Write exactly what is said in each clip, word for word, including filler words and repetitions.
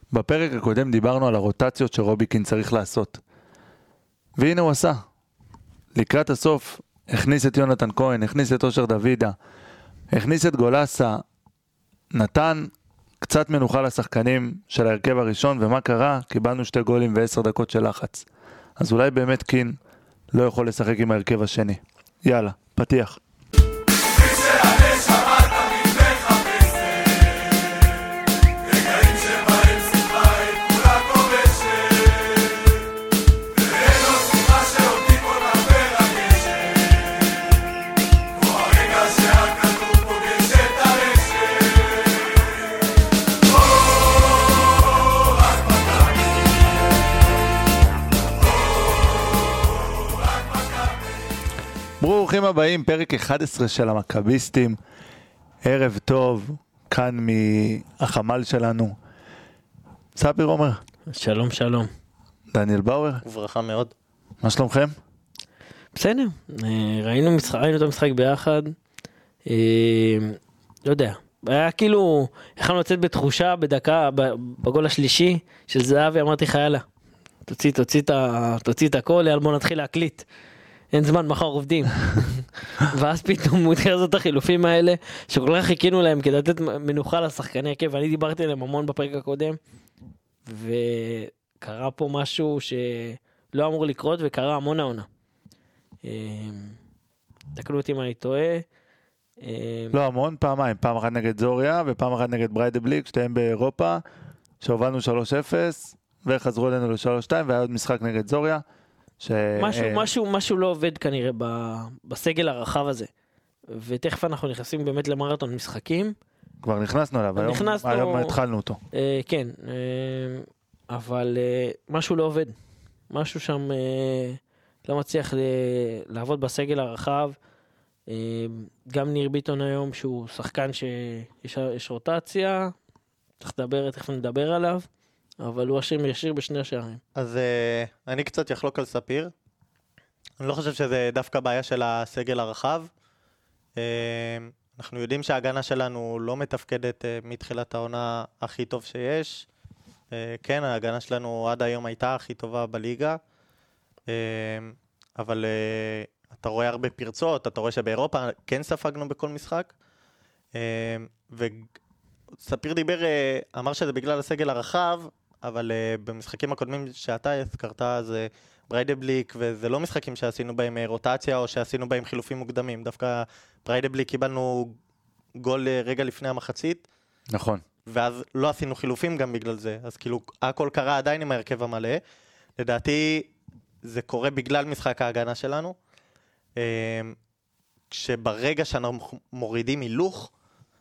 בפרק הקודם דיברנו על הרוטציות שרוביקין צריך לעשות. והנה הוא עשה. לקראת הסוף הכניס את יונתן כהן, הכניס את אושר דוידה, הכניס את גולסה, נתן קצת מנוחה לשחקנים של ההרכב הראשון, ומה קרה? קיבלנו שתי גולים ועשר דקות של לחץ. אז אולי באמת קין לא יכול לשחק עם ההרכב השני. יאללה, פתיח. ברוכים הבאים, פרק אחד עשרה של המכביסטים. ערב טוב, כאן מהחמ"ל שלנו. ספיר עומר. שלום שלום. דניאל באואר. וברכה מאוד. מה שלומכם? בסדר, ראינו משחק, ראינו את המשחק ביחד. לא יודע, היה כאילו, יכולנו לצאת בתחושה בדקה, בגול השלישי של זהבי, אמרתי חיילה, תוציא, תוציא, תוציא את הכל, יאללה בוא נתחיל להקליט. אין זמן, מחר עובדים. ואז פתאום הוא התחיל לעשות את החילופים האלה, שכל כך חיכינו להם כדי לתת מנוחה לשחקני הרכב, ואני דיברתי עליהם המון בפרק הקודם, וקרה פה משהו שלא אמור לקרות, וקרה המון העונה. תקלו אותי מה אני טועה. לא המון, פעמיים, פעם אחת נגד זוריה, ופעם אחת נגד בריידבליק, שתיהם באירופה, שהובלנו שלוש אפס, וחזרו אלינו ל-שלוש שתיים, והיה עוד משחק נגד זוריה. ש... משהו, משהו, משהו לא עובד כנראה ב... בסגל הרחב הזה. ותכף אנחנו נכנסים באמת למרתון משחקים. כבר נכנסנו אליו, היום, נכנסנו... היום התחלנו אותו. אה, כן, אה, אבל אה, משהו לא עובד. משהו שם אה, לא מצליח ל... לעבוד בסגל הרחב. אה, גם ניר ביטון היום, שהוא שחקן שיש יש רוטציה, צריך לדבר, תכף נדבר עליו. אבל הוא אשיר ישיר בשני השערים. אז uh, אני קצת יחלוק על ספיר. אני לא חושב שזה דווקא בעיה של הסגל הרחב. Uh, אנחנו יודעים שההגנה שלנו לא מתפקדת uh, מתחילת העונה הכי טוב שיש. Uh, כן, ההגנה שלנו עד היום הייתה הכי טובה בליגה. Uh, אבל uh, אתה רואה הרבה פרצות, אתה רואה שבאירופה כן ספגנו בכל משחק. Uh, וספיר דיבר, uh, אמר שזה בגלל הסגל הרחב, אבל uh, במשחקים הקודמים שאתה הזכרת, זה בריידבליק, וזה לא משחקים שעשינו בהם uh, רוטציה, או שעשינו בהם חילופים מוקדמים. דווקא בריידבליק קיבלנו גול uh, רגע לפני המחצית. נכון. ואז לא עשינו חילופים גם בגלל זה. אז כאילו, הכל קרה עדיין עם ההרכב המלא. לדעתי, זה קורה בגלל משחק ההגנה שלנו. Uh, כשברגע שאנחנו מורידים הילוך,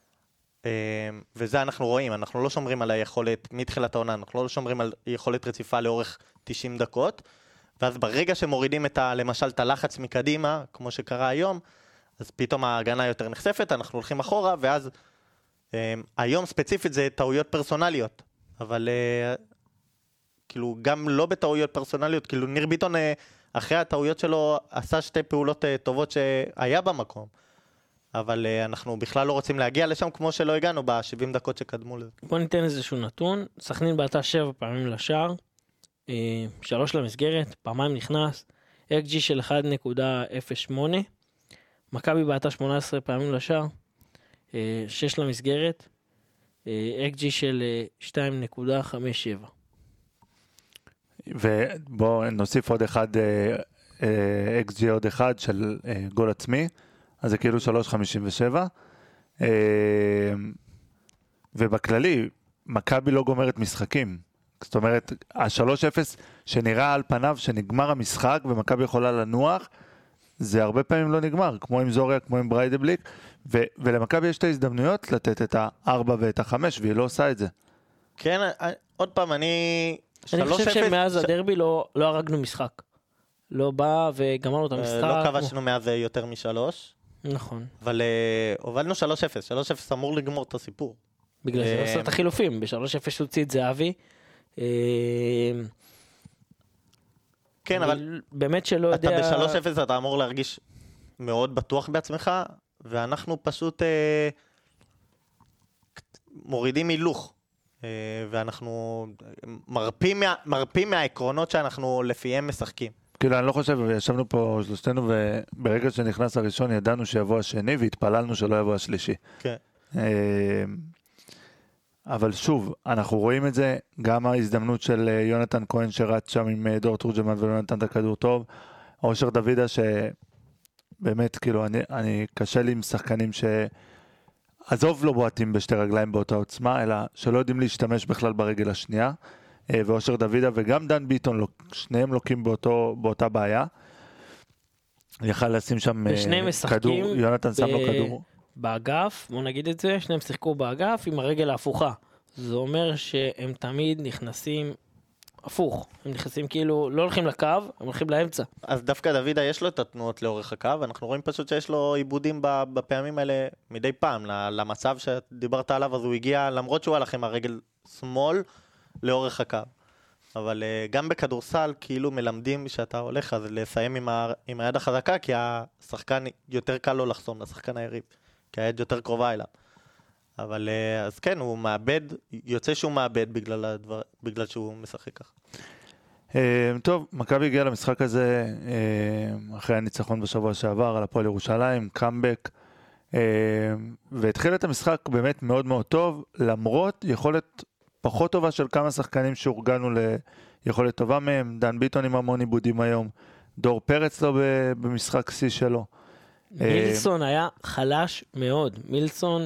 וזה אנחנו רואים, אנחנו לא שומרים על היכולת מתחילת העונה, אנחנו לא שומרים על יכולת רציפה לאורך תשעים דקות, ואז ברגע שמורידים את ה, למשל את הלחץ מקדימה, כמו שקרה היום, אז פתאום ההגנה יותר נחשפת, אנחנו הולכים אחורה, ואז היום ספציפית זה טעויות פרסונליות, אבל כאילו גם לא בטעויות פרסונליות, כאילו ניר ביטון אחרי הטעויות שלו עשה שתי פעולות טובות שהיה במקום, אבל uh, אנחנו בכלל לא רוצים להגיע לשם כמו שלא הגענו ב-שבעים דקות שקדמו לזה. בוא ניתן איזשהו נתון. סכנין בעטה שבע פעמים לשער, אה, שלוש למסגרת, פעמיים נכנס, אקס ג'י של אחת נקודה אפס שמונה, מכבי בעטה שמונה עשרה פעמים לשער, אה, שש למסגרת, אה, אקס ג'י של אה, שתיים נקודה חמש שבע. ובואו נוסיף עוד אחד, אה, אה, אקס ג'י עוד אחד של אה, גול עצמי, אז זה כאילו שלוש חמישים ושבע, ובכללי, מכבי לא גומרת משחקים. זאת אומרת, ה-שלוש אפס שנראה על פניו שנגמר המשחק ומכבי יכולה לנוח, זה הרבה פעמים לא נגמר, כמו עם זוריה, כמו עם בריידבליק, ו- ולמכבי יש את ההזדמנויות לתת את ה-ארבע ואת ה-חמש, והיא לא עושה את זה. כן, עוד פעם, אני... אני חושב שמאז הדרבי לא, לא הרגנו משחק. לא בא וגמרנו את המשחק. לא כבשנו מאז יותר משלוש. נכון. אבל uh, הובלנו שלוש אפס, שלוש אפס אמור לגמור את הסיפור. בגלל זה עושה את החילופים, ב-שלוש אפס הוציא את זהבי. כן, אבל באמת שלא יודע... אתה ב-שלוש אפס אתה אמור להרגיש מאוד בטוח בעצמך, ואנחנו פשוט uh, מורידים הילוך. Uh, ואנחנו מרפים, מה, מרפים מהעקרונות שאנחנו לפיהם משחקים. כאילו, אני לא חושב, ישבנו פה שלושתנו, וברגע שנכנס הראשון ידענו שיבוא השני, והתפללנו שלא יבוא השלישי. כן. אבל שוב, אנחנו רואים את זה, גם ההזדמנות של יונתן כהן שרץ שם עם דור תורג'מן ולא נתן את הכדור טוב, אושר דוידה שבאמת, כאילו, אני, אני קשה לי עם שחקנים ש... עזוב לא בועטים בשתי רגליים באותה עוצמה, אלא שלא יודעים להשתמש בכלל ברגל השנייה, ואושר דוידה וגם דן ביטון, שניהם לוקים באותו, באותה בעיה. יכל לשים שם כדור, יונתן שם לו כדור. באגף, בוא נגיד את זה, שניהם שיחקו באגף עם הרגל ההפוכה. זה אומר שהם תמיד נכנסים הפוך. הם נכנסים כאילו, לא הולכים לקו, הם הולכים לאמצע. אז דווקא דוידה יש לו את התנועות לאורך הקו, אנחנו רואים פשוט שיש לו עיבודים בפעמים האלה מדי פעם, למצב שדיברת עליו, אז הוא הגיע, למרות שהוא הלך עם הרגל שמאל, לאורך הקו. אבל גם בכדורסל, כאילו מלמדים שאתה הולך, אז לסיים עם, ה... עם היד החזקה, כי השחקן יותר קל לו לחסום, לשחקן היריב, כי היד יותר קרובה אליו. אבל אז כן, הוא מאבד, יוצא שהוא מאבד בגלל, הדבר, בגלל שהוא משחק ככה. טוב, מכבי הגיע למשחק הזה אחרי הניצחון בשבוע שעבר על הפועל ירושלים, קאמבק, והתחיל את המשחק באמת מאוד מאוד טוב, למרות יכולת פחות טובה של כמה שחקנים שהורגלנו ליכולת טובה מהם, דן ביטון עם המון עיבודים היום, דור פרץ לא במשחק C שלו. מילסון היה חלש מאוד, מילסון...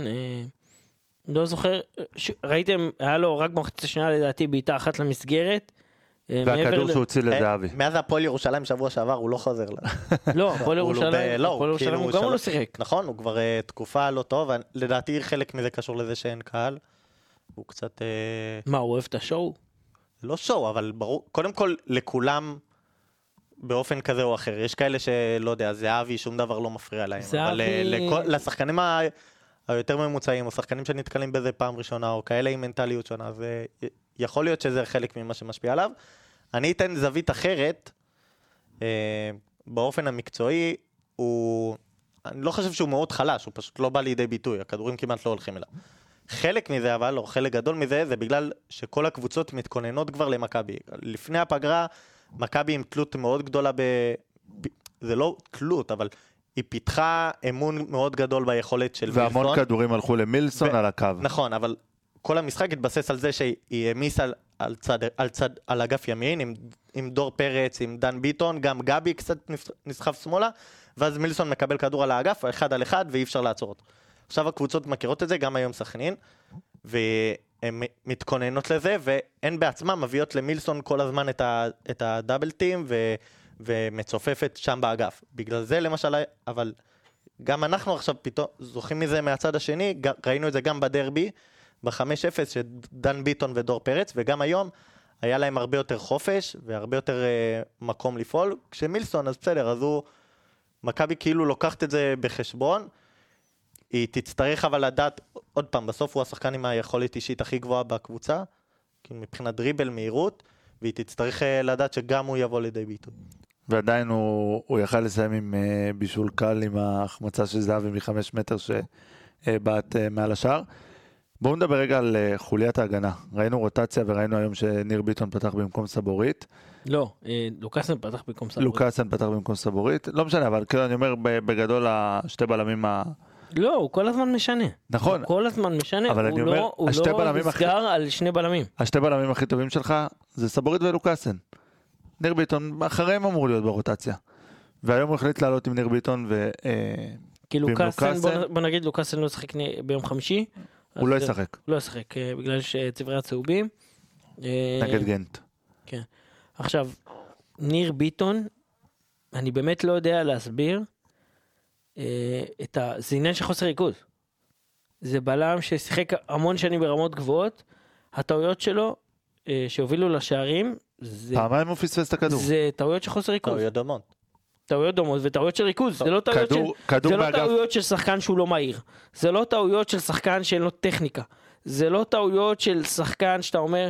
לא זוכר, ראיתם, היה לו רק במחצית השנייה לדעתי בעיטה אחת למסגרת. והכדור שהוא הוציא לזהבי. מאז הפועל ירושלים שבוע שעבר הוא לא חוזר לה. לא, הפועל ירושלים, הפועל ירושלים הוא גם לא שיחק. נכון, הוא כבר תקופה לא טוב, לדעתי חלק מזה קשור לזה שאין קהל. הוא קצת... מה, הוא אוהב את השואו? לא שואו, אבל ברור, קודם כל לכולם באופן כזה או אחר. יש כאלה שלא יודע, זהבי שום דבר לא מפריע להם. אבל לשחקנים ה... היותר ממוצעים, או שחקנים שנתקלים בזה פעם ראשונה, או כאלה עם מנטליות שונה, ויכול להיות שזה חלק ממה שמשפיע עליו. אני אתן זווית אחרת, אה, באופן המקצועי, הוא, אני לא חושב שהוא מאוד חלש, הוא פשוט לא בא לידי ביטוי, הכדורים כמעט לא הולכים אליו. חלק מזה אבל, או חלק גדול מזה, זה בגלל שכל הקבוצות מתכוננות כבר למכבי. לפני הפגרה, מכבי עם תלות מאוד גדולה ב... זה לא תלות, אבל... היא פיתחה אמון מאוד גדול ביכולת של מילסון. והמון כדורים הלכו למילסון ו... על הקו. נכון, אבל כל המשחק התבסס על זה שהיא העמיס על, על, צד, על, צד, על אגף ימין, עם, עם דור פרץ, עם דן ביטון, גם גבי קצת נסחף שמאלה, ואז מילסון מקבל כדור על האגף, אחד על אחד, ואי אפשר לעצור אותו. עכשיו הקבוצות מכירות את זה, גם היום סכנין, והן מתכוננות לזה, והן בעצמן מביאות למילסון כל הזמן את, ה, את הדאבל טים, ו... ומצופפת שם באגף. בגלל זה למשל, אבל גם אנחנו עכשיו פתאום זוכים מזה מהצד השני, ראינו את זה גם בדרבי, ב-חמש אפס שדן ביטון ודור פרץ, וגם היום היה להם הרבה יותר חופש, והרבה יותר uh, מקום לפעול, כשמילסון, אז בסדר, אז הוא, מכבי כאילו לוקחת את זה בחשבון, היא תצטרך אבל לדעת, עוד פעם, בסוף הוא השחקן עם היכולת אישית הכי גבוהה בקבוצה, כי מבחינת דריבל, מהירות, והיא תצטרך לדעת שגם הוא יבוא לידי ביטוי. ועדיין הוא, הוא יכל לסיים עם uh, בישול קל, עם ההחמצה של זהבי מחמש מטר שבאת uh, uh, מעל השאר. בואו נדבר רגע על uh, חוליית ההגנה. ראינו רוטציה וראינו היום שניר ביטון פתח במקום סבורית. לא, אה, לוקאסן פתח במקום סבורית. לוקאסן פתח במקום סבורית. לא משנה, אבל כאילו אני אומר בגדול השתי בלמים ה... לא, הוא כל הזמן משנה. נכון. הוא כל הזמן משנה. אבל אני אומר, לא, הוא לא נסגר הכי... על שני בלמים. השתי בלמים הכי טובים שלך זה סבורית ולוקאסן. ניר ביטון, אחריהם אמור להיות ברוטציה. והיום הוא החליט לעלות עם ניר ביטון ו... כי לוקאסן, בוא, בוא נגיד, לוקאסן לא ישחק ביום חמישי. הוא לא ישחק. לא ישחק, בגלל שצברי הצהובים. נגד גנט. כן. עכשיו, ניר ביטון, אני באמת לא יודע להסביר את ה... זה עניין של חוסר ריכוז. זה בלם ששיחק המון שנים ברמות גבוהות, הטעויות שלו שהובילו לשערים, זה... פעמיים הוא פספס את הכדור. זה טעויות של חוסר ריכוז. טעויות דומות. טעויות דומות וטעויות של ריכוז. זה לא טעויות של... זה לא טעויות של שחקן שהוא לא מהיר. זה לא טעויות של שחקן שאין לו טכניקה. זה לא טעויות של שחקן שאתה אומר,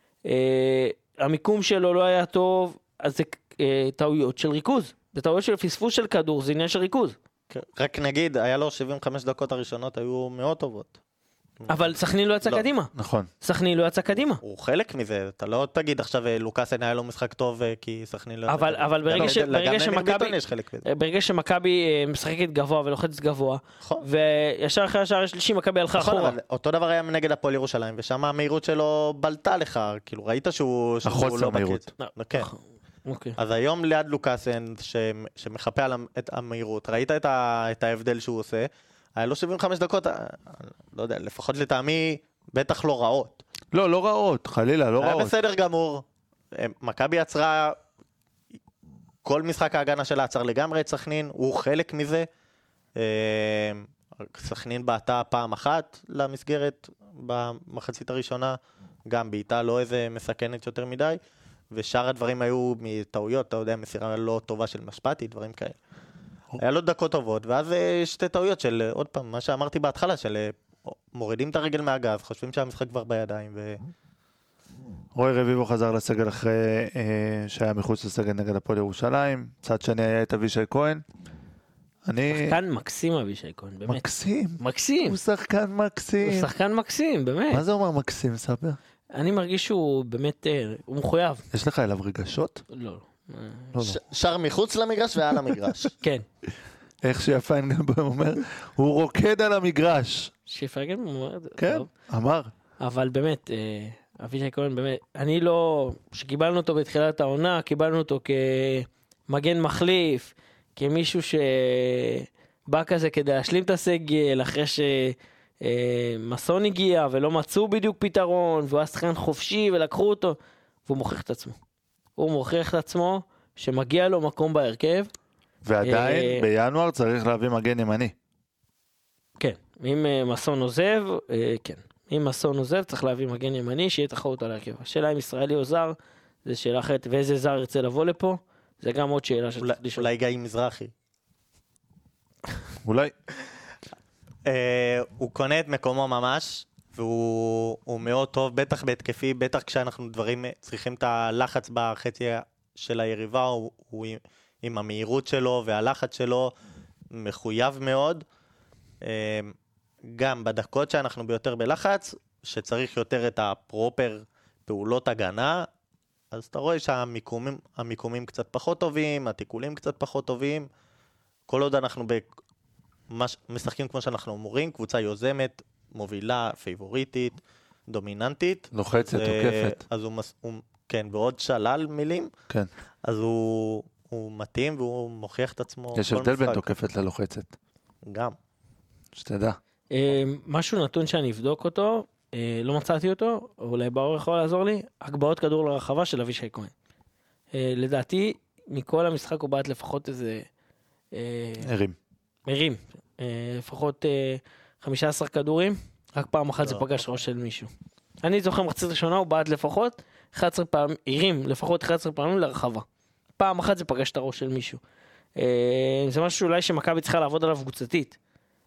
המיקום שלו לא היה טוב, אז זה טעויות של ריכוז. זה טעויות של פספוס של כדור, זה עניין של ריכוז. רק נגיד, היה לו שבעים וחמש דקות הראשונות, היו מאוד טובות. אבל סכנין לא יצא לא. קדימה. נכון. סכנין לא יצא קדימה. הוא חלק מזה, אתה לא תגיד עכשיו לוקאסן היה לו משחק טוב כי סכנין לא יצא אבל, קדימה. אבל ברגע, גם ש, לניר ברגע ביטון שמכבי, יש חלק בזה. ברגע שמכבי אה, משחקת גבוה ולוחצת גבוה, נכון. וישר אחרי השער השלישי מכבי הלכה נכון, אחורה. אבל אותו דבר היה נגד הפועל ירושלים, ושם המהירות שלו בלטה לך, כאילו ראית שהוא שהוא החוסר לא מהירות. בקץ. כן. אוקיי. אז היום ליד לוקאסן, ש- שמחפה על המ- את המהירות, ראית את, ה- את ההבדל שהוא עושה, היה לו שבעים וחמש דקות, אה, לא יודע, לפחות לטעמי, בטח לא רעות. לא, לא רעות, חלילה, לא היה רעות. בסדר גמור, אה, מכבי עצרה, כל משחק ההגנה שלה עצר לגמרי את סכנין, הוא חלק מזה. אה, סכנין בעטה פעם אחת למסגרת במחצית הראשונה, גם בעיטה לא איזה מסכנת יותר מדי, ושאר הדברים היו מטעויות, אתה יודע, מסירה לא טובה של משפטי, דברים כאלה. היה לו דקות טובות, ואז אה, שתי טעויות של, עוד פעם, מה שאמרתי בהתחלה, של אה, מורידים את הרגל מהגז, חושבים שהמשחק כבר בידיים, ו... רוי רביבו חזר לסגל אחרי אה, שהיה מחוץ לסגל נגד הפועל ירושלים, צד שני היה את אבישי כהן. אני... שחקן מקסים אבישי כהן, באמת. מקסים. מקסים. הוא שחקן מקסים. הוא שחקן מקסים, באמת. מה זה אומר מקסים, ספר? אני מרגיש שהוא באמת, אה, הוא מחויב. יש לך אליו רגשות? לא. אה, לא, ש- לא. שר מחוץ למגרש ועל המגרש. כן. איך שיפיין גם אומר, הוא רוקד על המגרש. שיפרגן, הוא אומר את זה. כן, טוב. אמר. אבל באמת, אה, אבישי כהן, באמת, אני לא, שקיבלנו אותו בתחילת העונה, קיבלנו אותו כמגן מחליף, כמישהו שבא כזה כדי להשלים את הסגל, אחרי שמסון הגיע ולא מצאו בדיוק פתרון, והוא היה שחקן חופשי ולקחו אותו, והוא מוכיח את עצמו. הוא מוכיח את עצמו שמגיע לו מקום בהרכב. ועדיין, אה, בינואר צריך להביא מגן ימני. כן, אם אה, מסון עוזב, אה, כן. אם מסון עוזב, צריך להביא מגן ימני, שיהיה תחרות על הרכב. השאלה אם ישראלי או זר, זה שאלה אחרת, ואיזה זר ירצה לבוא לפה, זה גם עוד שאלה אולי- שצריך לשאול. אולי גיא מזרחי. אולי. אה, הוא קונה את מקומו ממש, והוא הוא מאוד טוב, בטח בהתקפי, בטח כשאנחנו דברים, צריכים את הלחץ בחצי של היריבה, הוא, הוא עם, עם המהירות שלו והלחץ שלו, מחויב מאוד. אה, גם בדקות שאנחנו ביותר בלחץ, שצריך יותר את הפרופר פעולות הגנה, אז אתה רואה שהמיקומים המיקומים קצת פחות טובים, התיקולים קצת פחות טובים, כל עוד אנחנו ב... מש... משחקים כמו שאנחנו אמורים, קבוצה יוזמת, מובילה, פייבוריטית, דומיננטית. לוחצת, ו- תוקפת. אז הוא, מס... הוא, כן, ועוד שלל מילים, כן. אז הוא, הוא מתאים והוא מוכיח את עצמו. יש כל הבדל בין משחק. תוקפת ללוחצת. גם. שתדע. אה, משהו נתון שאני אבדוק אותו, אה, לא מצאתי אותו, אולי באור יכול לעזור לי, הגבהות כדור לרחבה של אבישי כהן. אה, לדעתי, מכל המשחק הוא בעט לפחות איזה... אה, הרים. מרים, אה, לפחות אה, חמישה עשר כדורים, רק פעם אחת זה לא. פגש ראש של מישהו. אני זוכר מחצית ראשונה, הוא בעט לפחות אחת עשרה פעמים, הרים לפחות אחת עשרה פעמים לרחבה. פעם אחת זה פגש את הראש של מישהו. אה, זה משהו אולי שמכבי צריכה לעבוד עליו קבוצתית.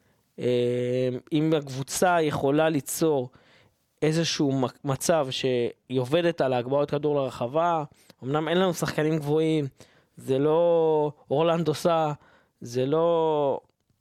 אה, אם הקבוצה יכולה ליצור איזשהו מצב שהיא עובדת על ההגבהות כדור לרחבה, אמנם אין לנו שחקנים גבוהים, זה לא אורלנדו סא, זה לא...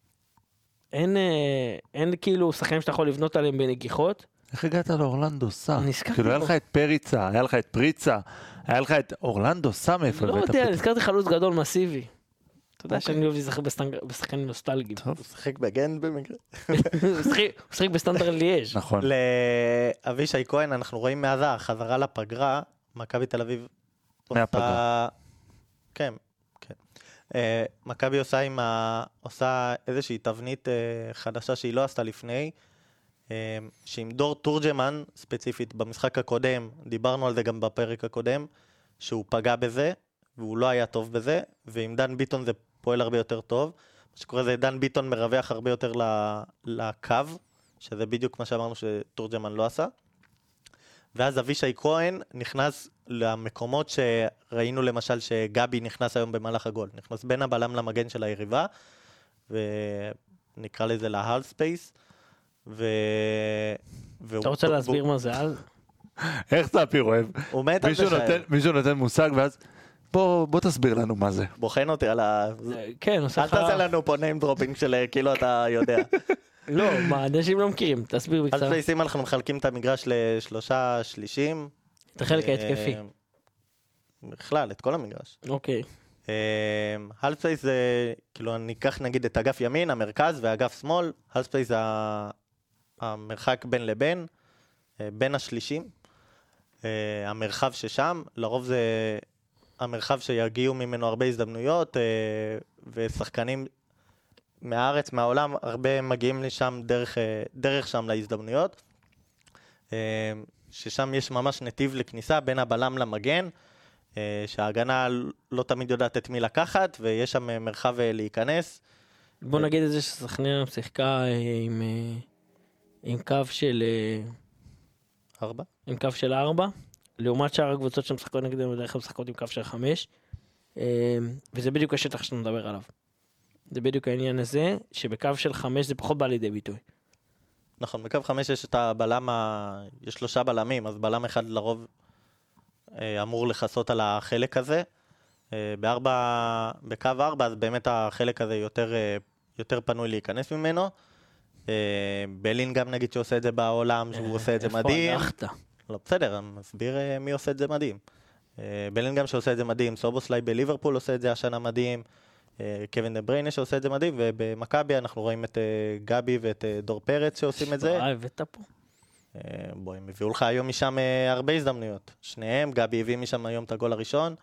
אין, אה, אין כאילו שחקנים שאתה יכול לבנות עליהם בנגיחות. איך הגעת לאורלנדו סא? נזכרתי כאילו היה בו. לך את פריצה, היה לך את פריצה, היה לך את אורלנדו סא מאיפה לא הבאת יודע, פתאום? נזכרתי חלוץ גדול מסיבי. אתה יודע אוקיי. שאני אוהב להיזכר בסטנג- בשחקנים נוסטלגיים. טוב, הוא שיחק בגן במקרה. הוא שיחק- הוא שיחק בסטנדרט ליאז'. נכון. לאבישי כהן, אנחנו רואים מאז החזרה לפגרה, מכבי תל אביב מהפגרה. כן, כן. אה, מכבי עושה עם ה... עושה איזושהי תבנית אה, חדשה שהיא לא עשתה לפני, אה, שעם דור תורג'מן, ספציפית במשחק הקודם, דיברנו על זה גם בפרק הקודם, שהוא פגע בזה, והוא לא היה טוב בזה, ועם דן ביטון זה פועל הרבה יותר טוב. מה שקורה זה דן ביטון מרווח הרבה יותר ל- לקו, שזה בדיוק מה שאמרנו שתורג'מן לא עשה. ואז אבישי כהן נכנס למקומות שראינו למשל שגבי נכנס היום במהלך הגול. נכנס בין הבלם למגן של היריבה, ונקרא לזה להל ספייס. ו... אתה רוצה להסביר מה זה אז? איך ספיר אוהב? הוא מת על מישהו זה נותן- מישהו נותן מושג ואז בוא בוא תסביר לנו מה זה. בוחן אותי על ה... כן, עושה אל לך... תעשה לנו פה name dropping של כאילו אתה יודע. לא, מה, אנשים לא מכירים, תסביר על בקצרה. פלייסים אנחנו מחלקים את המגרש לשלושה שלישים. את החלק ההתקפי. בכלל, את כל המגרש. אוקיי. הלף ספייס זה, כאילו אני אקח נגיד את אגף ימין, המרכז ואגף שמאל. הלף ספייס זה המרחק בין לבין, בין השלישים. המרחב ששם, לרוב זה המרחב שיגיעו ממנו הרבה הזדמנויות, ושחקנים מהארץ, מהעולם, הרבה מגיעים לשם דרך, דרך שם להזדמנויות. ששם יש ממש נתיב לכניסה בין הבלם למגן, שההגנה לא תמיד יודעת את מי לקחת, ויש שם מרחב להיכנס. בוא נגיד את זה שסכנין שיחקה עם, עם קו של ארבע. עם קו של ארבע, לעומת שאר הקבוצות שמשחקות נגדם, בדרך כלל משחקות עם קו של חמש, וזה בדיוק השטח שאתה מדבר עליו. זה בדיוק העניין הזה, שבקו של חמש זה פחות בא לידי ביטוי. נכון, בקו חמש יש את הבלם, ה... יש שלושה בלמים, אז בלם אחד לרוב אמור לחסות על החלק הזה. בארבע, בקו ארבע, אז באמת החלק הזה יותר, יותר פנוי להיכנס ממנו. בלין גם נגיד שעושה את זה בעולם, שהוא עושה את זה מדהים. איפה הלכת? לא, בסדר, אני מסביר מי עושה את זה מדהים. בלין גם שעושה את זה מדהים, סובוסליי בליברפול עושה את זה השנה מדהים, קווין דה בריינה שעושה את זה מדהים, ובמכבי אנחנו רואים את גבי ואת דור פרץ שעושים את זה. אה, הבאת פה. בוא, הם הביאו לך היום משם הרבה הזדמנויות. שניהם, גבי הביא משם היום את הגול הראשון.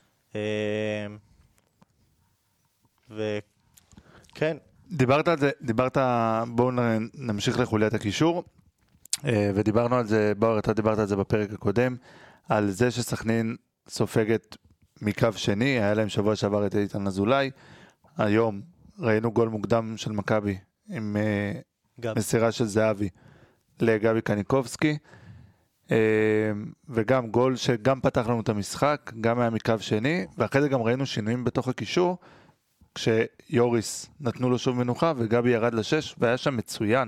וכן. דיברת על זה, דיברת, בואו נמשיך לחוליית הקישור, ודיברנו על זה, באור, אתה דיברת על זה בפרק הקודם, על זה שסכנין סופגת מקו שני, היה להם שבוע שעבר את איתן אזולאי, היום ראינו גול מוקדם של מכבי, עם גב. מסירה של זהבי לגבי קניקובסקי, וגם גול שגם פתח לנו את המשחק, גם היה מקו שני, ואחרי זה גם ראינו שינויים בתוך הקישור, כשיוריס נתנו לו שוב מנוחה, וגבי ירד לשש, והיה שם מצוין.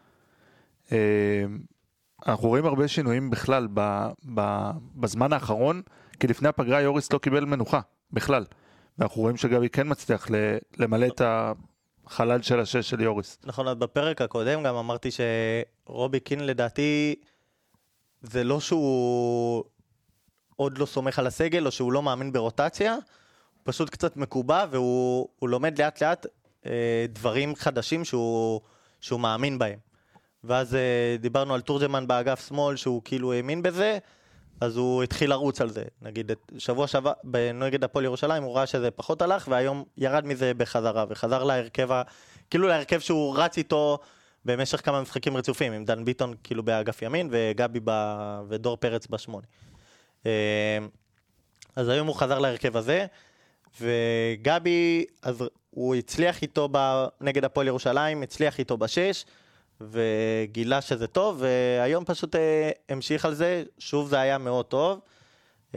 אנחנו רואים הרבה שינויים בכלל ב, ב, בזמן האחרון, כי לפני הפגרה יוריס לא קיבל מנוחה, בכלל. ואנחנו רואים שגבי כן מצליח למלא את החלל של השש של יוריס. נכון, אז בפרק הקודם גם אמרתי שרובי קין לדעתי, זה לא שהוא עוד לא סומך על הסגל, או שהוא לא מאמין ברוטציה, פשוט קצת מקובע, והוא לומד לאט לאט אה, דברים חדשים שהוא, שהוא מאמין בהם. ואז אה, דיברנו על תורג'מן באגף שמאל, שהוא כאילו האמין בזה, אז הוא התחיל לרוץ על זה. נגיד, שבוע שבוע, בנגד הפועל ירושלים, הוא ראה שזה פחות הלך, והיום ירד מזה בחזרה, וחזר להרכב, כאילו להרכב שהוא רץ איתו במשך כמה משחקים רצופים, עם דן ביטון כאילו באגף ימין, וגבי ב... ודור פרץ בשמונה. אה, אז היום הוא חזר להרכב הזה, וגבי, אז הוא הצליח איתו נגד הפועל ירושלים, הצליח איתו בשש, וגילה שזה טוב, והיום פשוט אה, המשיך על זה, שוב זה היה מאוד טוב. אה,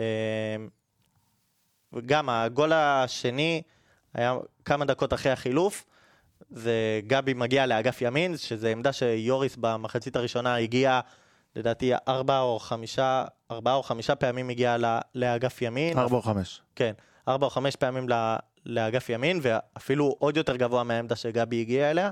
וגם הגול השני היה כמה דקות אחרי החילוף, זה גבי מגיע לאגף ימין, שזה עמדה שיוריס במחצית הראשונה הגיע, לדעתי ארבע או חמישה, ארבעה או חמישה פעמים הגיע לאגף ימין. ארבע או חמש. כן. ארבע או חמש פעמים לאגף ימין, ואפילו עוד יותר גבוה מהעמדה שגבי הגיע אליה,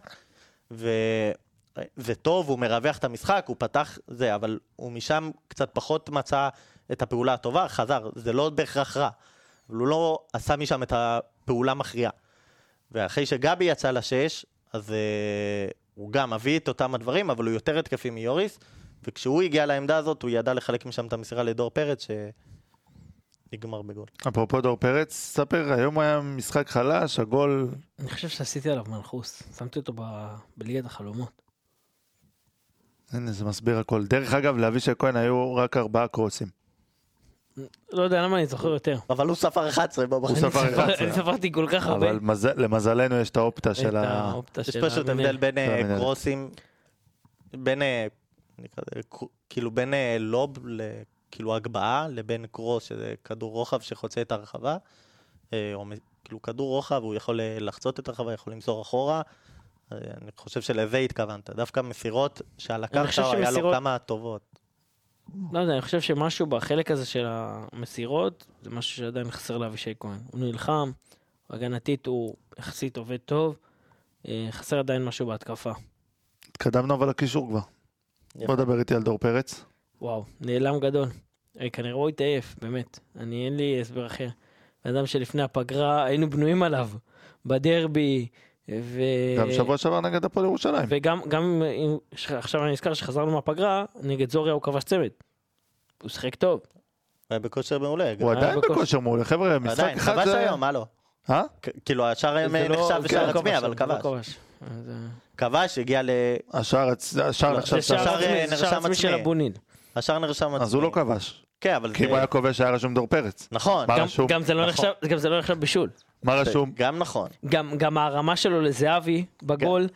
וזה טוב, הוא מרווח את המשחק, הוא פתח זה, אבל הוא משם קצת פחות מצא את הפעולה הטובה, חזר, זה לא בהכרח רע, אבל הוא לא עשה משם את הפעולה מכריעה. ואחרי שגבי יצא לשש, אז uh, הוא גם מביא את אותם הדברים, אבל הוא יותר התקפי מיוריס, וכשהוא הגיע לעמדה הזאת, הוא ידע לחלק משם את המסירה לדור פרץ, ש... נגמר בגול. אפרופו דור פרץ, ספר, היום היה משחק חלש, הגול... אני חושב שעשיתי עליו מנחוס, שמתי אותו ב... בליגת החלומות. הנה, זה מסביר הכל. דרך אגב, לאבישי כהן היו רק ארבעה קרוסים. לא יודע למה אני זוכר יותר. אבל הוא ספר אחת עשרה בבחור. הוא ספר אחת עשרה. אני ספרתי כל כך הרבה. אבל למזלנו יש את האופטה של ה... יש פשוט הבדל בין קרוסים, בין, כאילו בין לוב, כאילו הגבהה, לבין קרוס, שזה כדור רוחב שחוצה את הרחבה, או כאילו כדור רוחב, הוא יכול לחצות את הרחבה, יכול למסור אחורה. אני חושב שלזה התכוונת. דווקא מסירות שעל הקרקע היה לו כמה טובות. לא יודע, אני חושב שמשהו בחלק הזה של המסירות, זה משהו שעדיין חסר לאבישי כהן. הוא נלחם, הגנתית הוא יחסית עובד טוב, חסר עדיין משהו בהתקפה. התקדמנו אבל לקישור כבר. בוא דבר איתי על דור פרץ. וואו, נעלם גדול. אה, כנראה הוא התעייף, באמת. אני, אין לי הסבר אחר. אדם שלפני הפגרה היינו בנויים עליו, בדרבי, ו... גם שבוע שעבר נגד הפועל ירושלים. וגם, גם, אם- ש- עכשיו אני נזכר שחזרנו מהפגרה, נגד זוריה הוא כבש צמד. הוא שחק טוב. הוא היה בכושר מעולה. הוא היה עדיין בכושר. בכושר מעולה. חבר'ה, משחק עדיין, אחד כבש זה... היום, מה לא? אה? כ- כאילו, השער היום זה לא- נחשב כן, בשער הוא עצמי, כבש, אבל הוא כבש. לא כבש. אז, אה, כבש, הגיע ל... השער הצ- השער לא, נחשב זה שער שער. שער, עצמי, אה, זה שער נרשם עצמי של עצמי. אבוניל. השער נרשם עצמי. אז הוא לא כבש. כן, אבל כי אם הוא זה... היה כובש היה רשום דור פרץ. נכון. מה גם- רשום? גם זה לא נכון. נחשב- גם זה לא נחשב בישול. מה רשום? גם נכון. גם, גם הרמה שלו לזהבי בגול,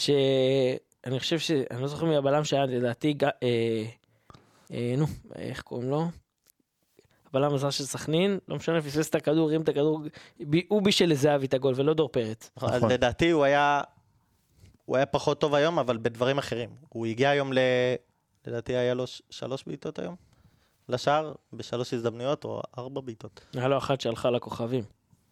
שאני חושב ש... אני לא זוכר מי הבלם שהיה, לדעתי, ג- אה, אה, נו, איך קוראים לו? הבלם הזר של סכנין, לא משנה, פספס את הכדור, הרים את הכדור, ב- הוא בישל לזהבי את הגול, ולא דור פרץ. אז נכון. לדעתי הוא היה... הוא היה פחות טוב היום, אבל בדברים אחרים. הוא הגיע היום ל... לדעתי היה לו ש- שלוש בעיטות היום. לשער, בשלוש הזדמנויות, או ארבע בעיטות. היה לו אחת שהלכה לכוכבים.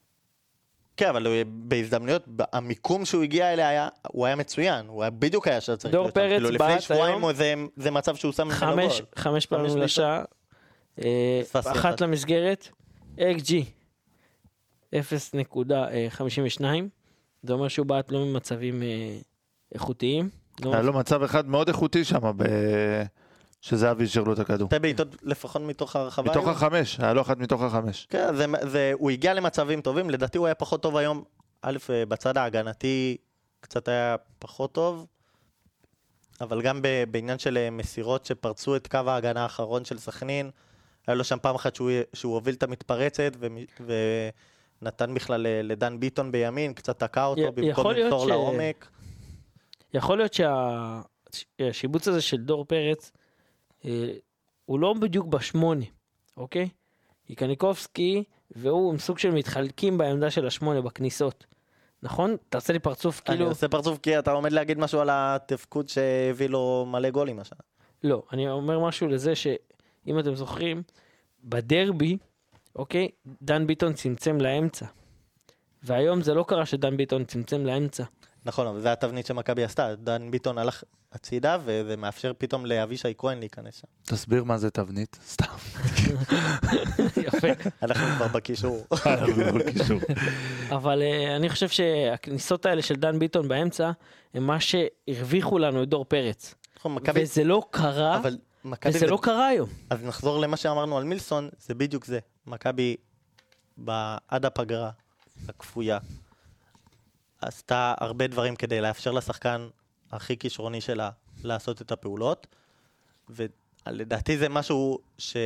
כן, אבל הוא, בהזדמנויות, המיקום שהוא הגיע אליה היה, הוא היה מצוין, הוא היה בדיוק היה שצריך דור להיות שם. פרץ כאילו, לפני בעט שבועיים היום. הוא- זה, זה מצב שהוא שם ממנו גול. חמש, חמש פעמים בעיטות. לשער, אה, פספסתי אחת אחת. למסגרת, אקס ג'י, אפס נקודה חמישים ושתיים, זה אומר שהוא בעט לא ממצבים אה, איכותיים. לא היה לו מצב אחד מאוד איכותי שם, ב... שזהבי אישר לו את הכדור. שתי בעיטות לפחות מתוך הרחבה. מתוך היום. החמש, היה לו אחת מתוך החמש. כן, זה, זה, הוא הגיע למצבים טובים, לדעתי הוא היה פחות טוב היום, א', בצד ההגנתי קצת היה פחות טוב, אבל גם ב, בעניין של אה, מסירות שפרצו את קו ההגנה האחרון של סכנין, היה לו שם פעם אחת שהוא, שהוא הוביל את המתפרצת ו, ונתן בכלל ל- לדן ביטון בימין, קצת תקע אותו י- במקום יכול להיות למסור ש- לעומק. יכול להיות שהשיבוץ הזה של דור פרץ, אה, הוא לא בדיוק בשמונה, אוקיי? איקניקובסקי והוא הם סוג של מתחלקים בעמדה של השמונה בכניסות. נכון? אתה עושה לי פרצוף אני כאילו... עושה פרצוף כי אתה עומד להגיד משהו על התפקוד שהביא לו מלא גולים השנה. לא, אני אומר משהו לזה שאם אתם זוכרים, בדרבי, אוקיי, דן ביטון צמצם לאמצע. והיום זה לא קרה שדן ביטון צמצם לאמצע. נכון, אבל זה התבנית שמכבי עשתה, דן ביטון הלך הצידה וזה מאפשר פתאום לאבישי כהן להיכנס שם. תסביר מה זה תבנית, סתם. יפה. אנחנו כבר בקישור. קישור. אבל uh, אני חושב שהכניסות האלה של דן ביטון באמצע, הם מה שהרוויחו לנו את דור פרץ. נכון, מכבי- וזה לא קרה, אבל מכבי וזה זה- לא קרה היום. אז נחזור למה שאמרנו על מילסון, זה בדיוק זה. מכבי ב- עד הפגרה הכפויה עשתה הרבה דברים כדי לאפשר לשחקן הכי כישרוני שלה לעשות את הפעולות, ולדעתי זה משהו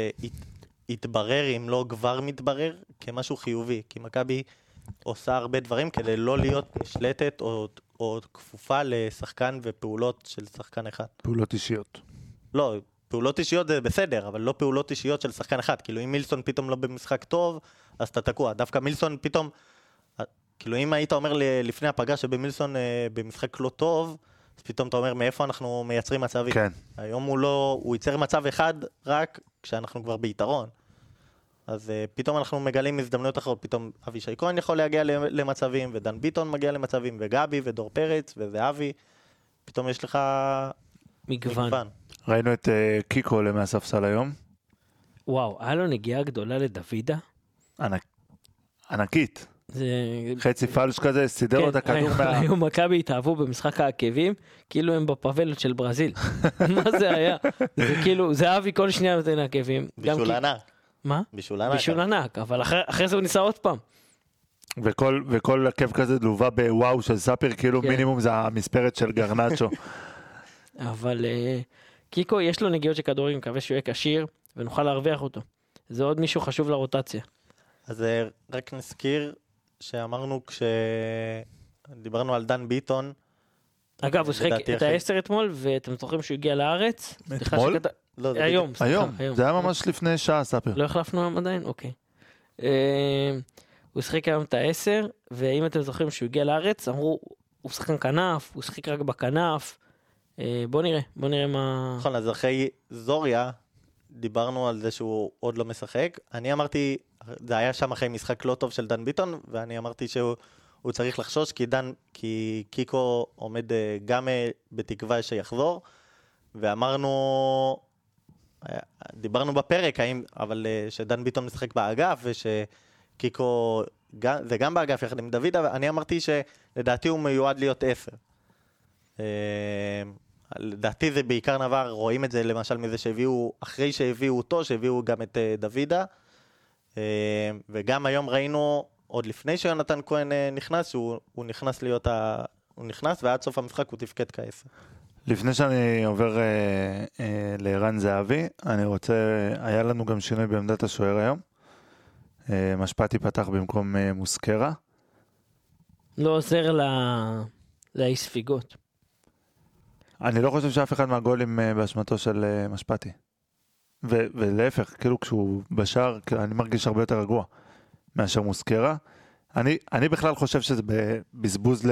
שהתברר, אם לא כבר מתברר, כמשהו חיובי, כי מכבי עושה הרבה דברים כדי לא להיות נשלטת או, או כפופה לשחקן ופעולות של שחקן אחד. פעולות אישיות. לא, פעולות אישיות זה בסדר, אבל לא פעולות אישיות של שחקן אחד. כאילו אם מילסון פתאום לא במשחק טוב, אז אתה תקוע. דווקא מילסון פתאום, כאילו אם היית אומר לי לפני הפגרה שבמילסון אה, במשחק לא טוב, אז פתאום אתה אומר מאיפה אנחנו מייצרים מצבים. כן. היום הוא לא, הוא ייצר מצב אחד רק כשאנחנו כבר ביתרון. אז uh, פתאום אנחנו מגלים הזדמנויות אחרות, פתאום אבישי כהן יכול להגיע למצבים, ודן ביטון מגיע למצבים, וגבי, ודור פרץ, וזהבי. פתאום יש לך מגוון. מגוון. ראינו את uh, קיקו עולה מהספסל היום. וואו, היה לו נגיעה גדולה לדוידה. ענק... ענקית. זה... חצי פלש כזה, סידר לו את הכדור היום- מה... היום מכבי התאהבו במשחק העקבים, כאילו הם בפאבלות של ברזיל. מה זה היה? זה כאילו, זה אבי כל שנייה נותן עקבים. גם בישול כי- ענק. מה? בישול ענק. בישול ענק, אבל אחרי- אחרי זה הוא ניסה עוד פעם. וכל, וכל עקב כזה לווה בוואו של ספיר, כאילו כן. מינימום זה המספרת של גרנצ'ו. אבל אה, קיקו יש לו נגיעות של כדורים, מקווה שהוא יהיה כשיר, ונוכל להרוויח אותו. זה עוד מישהו חשוב לרוטציה. אז אה, רק נזכיר שאמרנו כשדיברנו על דן ביטון, אגב, הוא שיחק לדעתי את הכי- העשר אתמול, ואתם זוכרים שהוא הגיע לארץ? סליחה אתמול? שקטע- לא, זה היום, סליחה, היום, זה היה ממש לפני שעה ספיר. לא החלפנו היום עדיין? אוקיי. אה, הוא שיחק היום את העשר, ואם אתם זוכרים שהוא הגיע לארץ, אמרו, הוא שחקן כנף, הוא שיחק רק בכנף. אה, בוא נראה, בוא נראה מה... נכון, אז אחרי זוריה, דיברנו על זה שהוא עוד לא משחק. אני אמרתי, זה היה שם אחרי משחק לא טוב של דן ביטון, ואני אמרתי שהוא הוא צריך לחשוש, כי, דן, כי קיקו עומד גם בתקווה שיחזור, ואמרנו, דיברנו בפרק, האם, אבל שדן ביטון משחק באגף, ושקיקו, זה גם באגף יחד עם דוד, אני אמרתי שלדעתי הוא מיועד להיות עשר. לדעתי זה בעיקר נבר, רואים את זה למשל מזה שהביאו, אחרי שהביאו אותו, שהביאו גם את דוידה, וגם היום ראינו, עוד לפני שיונתן כהן נכנס, שהוא הוא נכנס להיות ה... הוא נכנס, ועד סוף המשחק הוא תפקד כעשר. לפני שאני עובר אה, אה, לערן זהבי, אני רוצה, היה לנו גם שינוי בעמדת השוער היום. אה, משפטי פתח במקום אה, מוסקרה. לא עוזר לה... לאי ספיגות. אני לא חושב שאף אחד מהגולים אה, באשמתו של אה, משפטי. ו- ולהפך, כאילו כשהוא בשער, כאילו, אני מרגיש הרבה יותר רגוע מאשר מוסקרה. אני, אני בכלל חושב שזה בזבוז ל...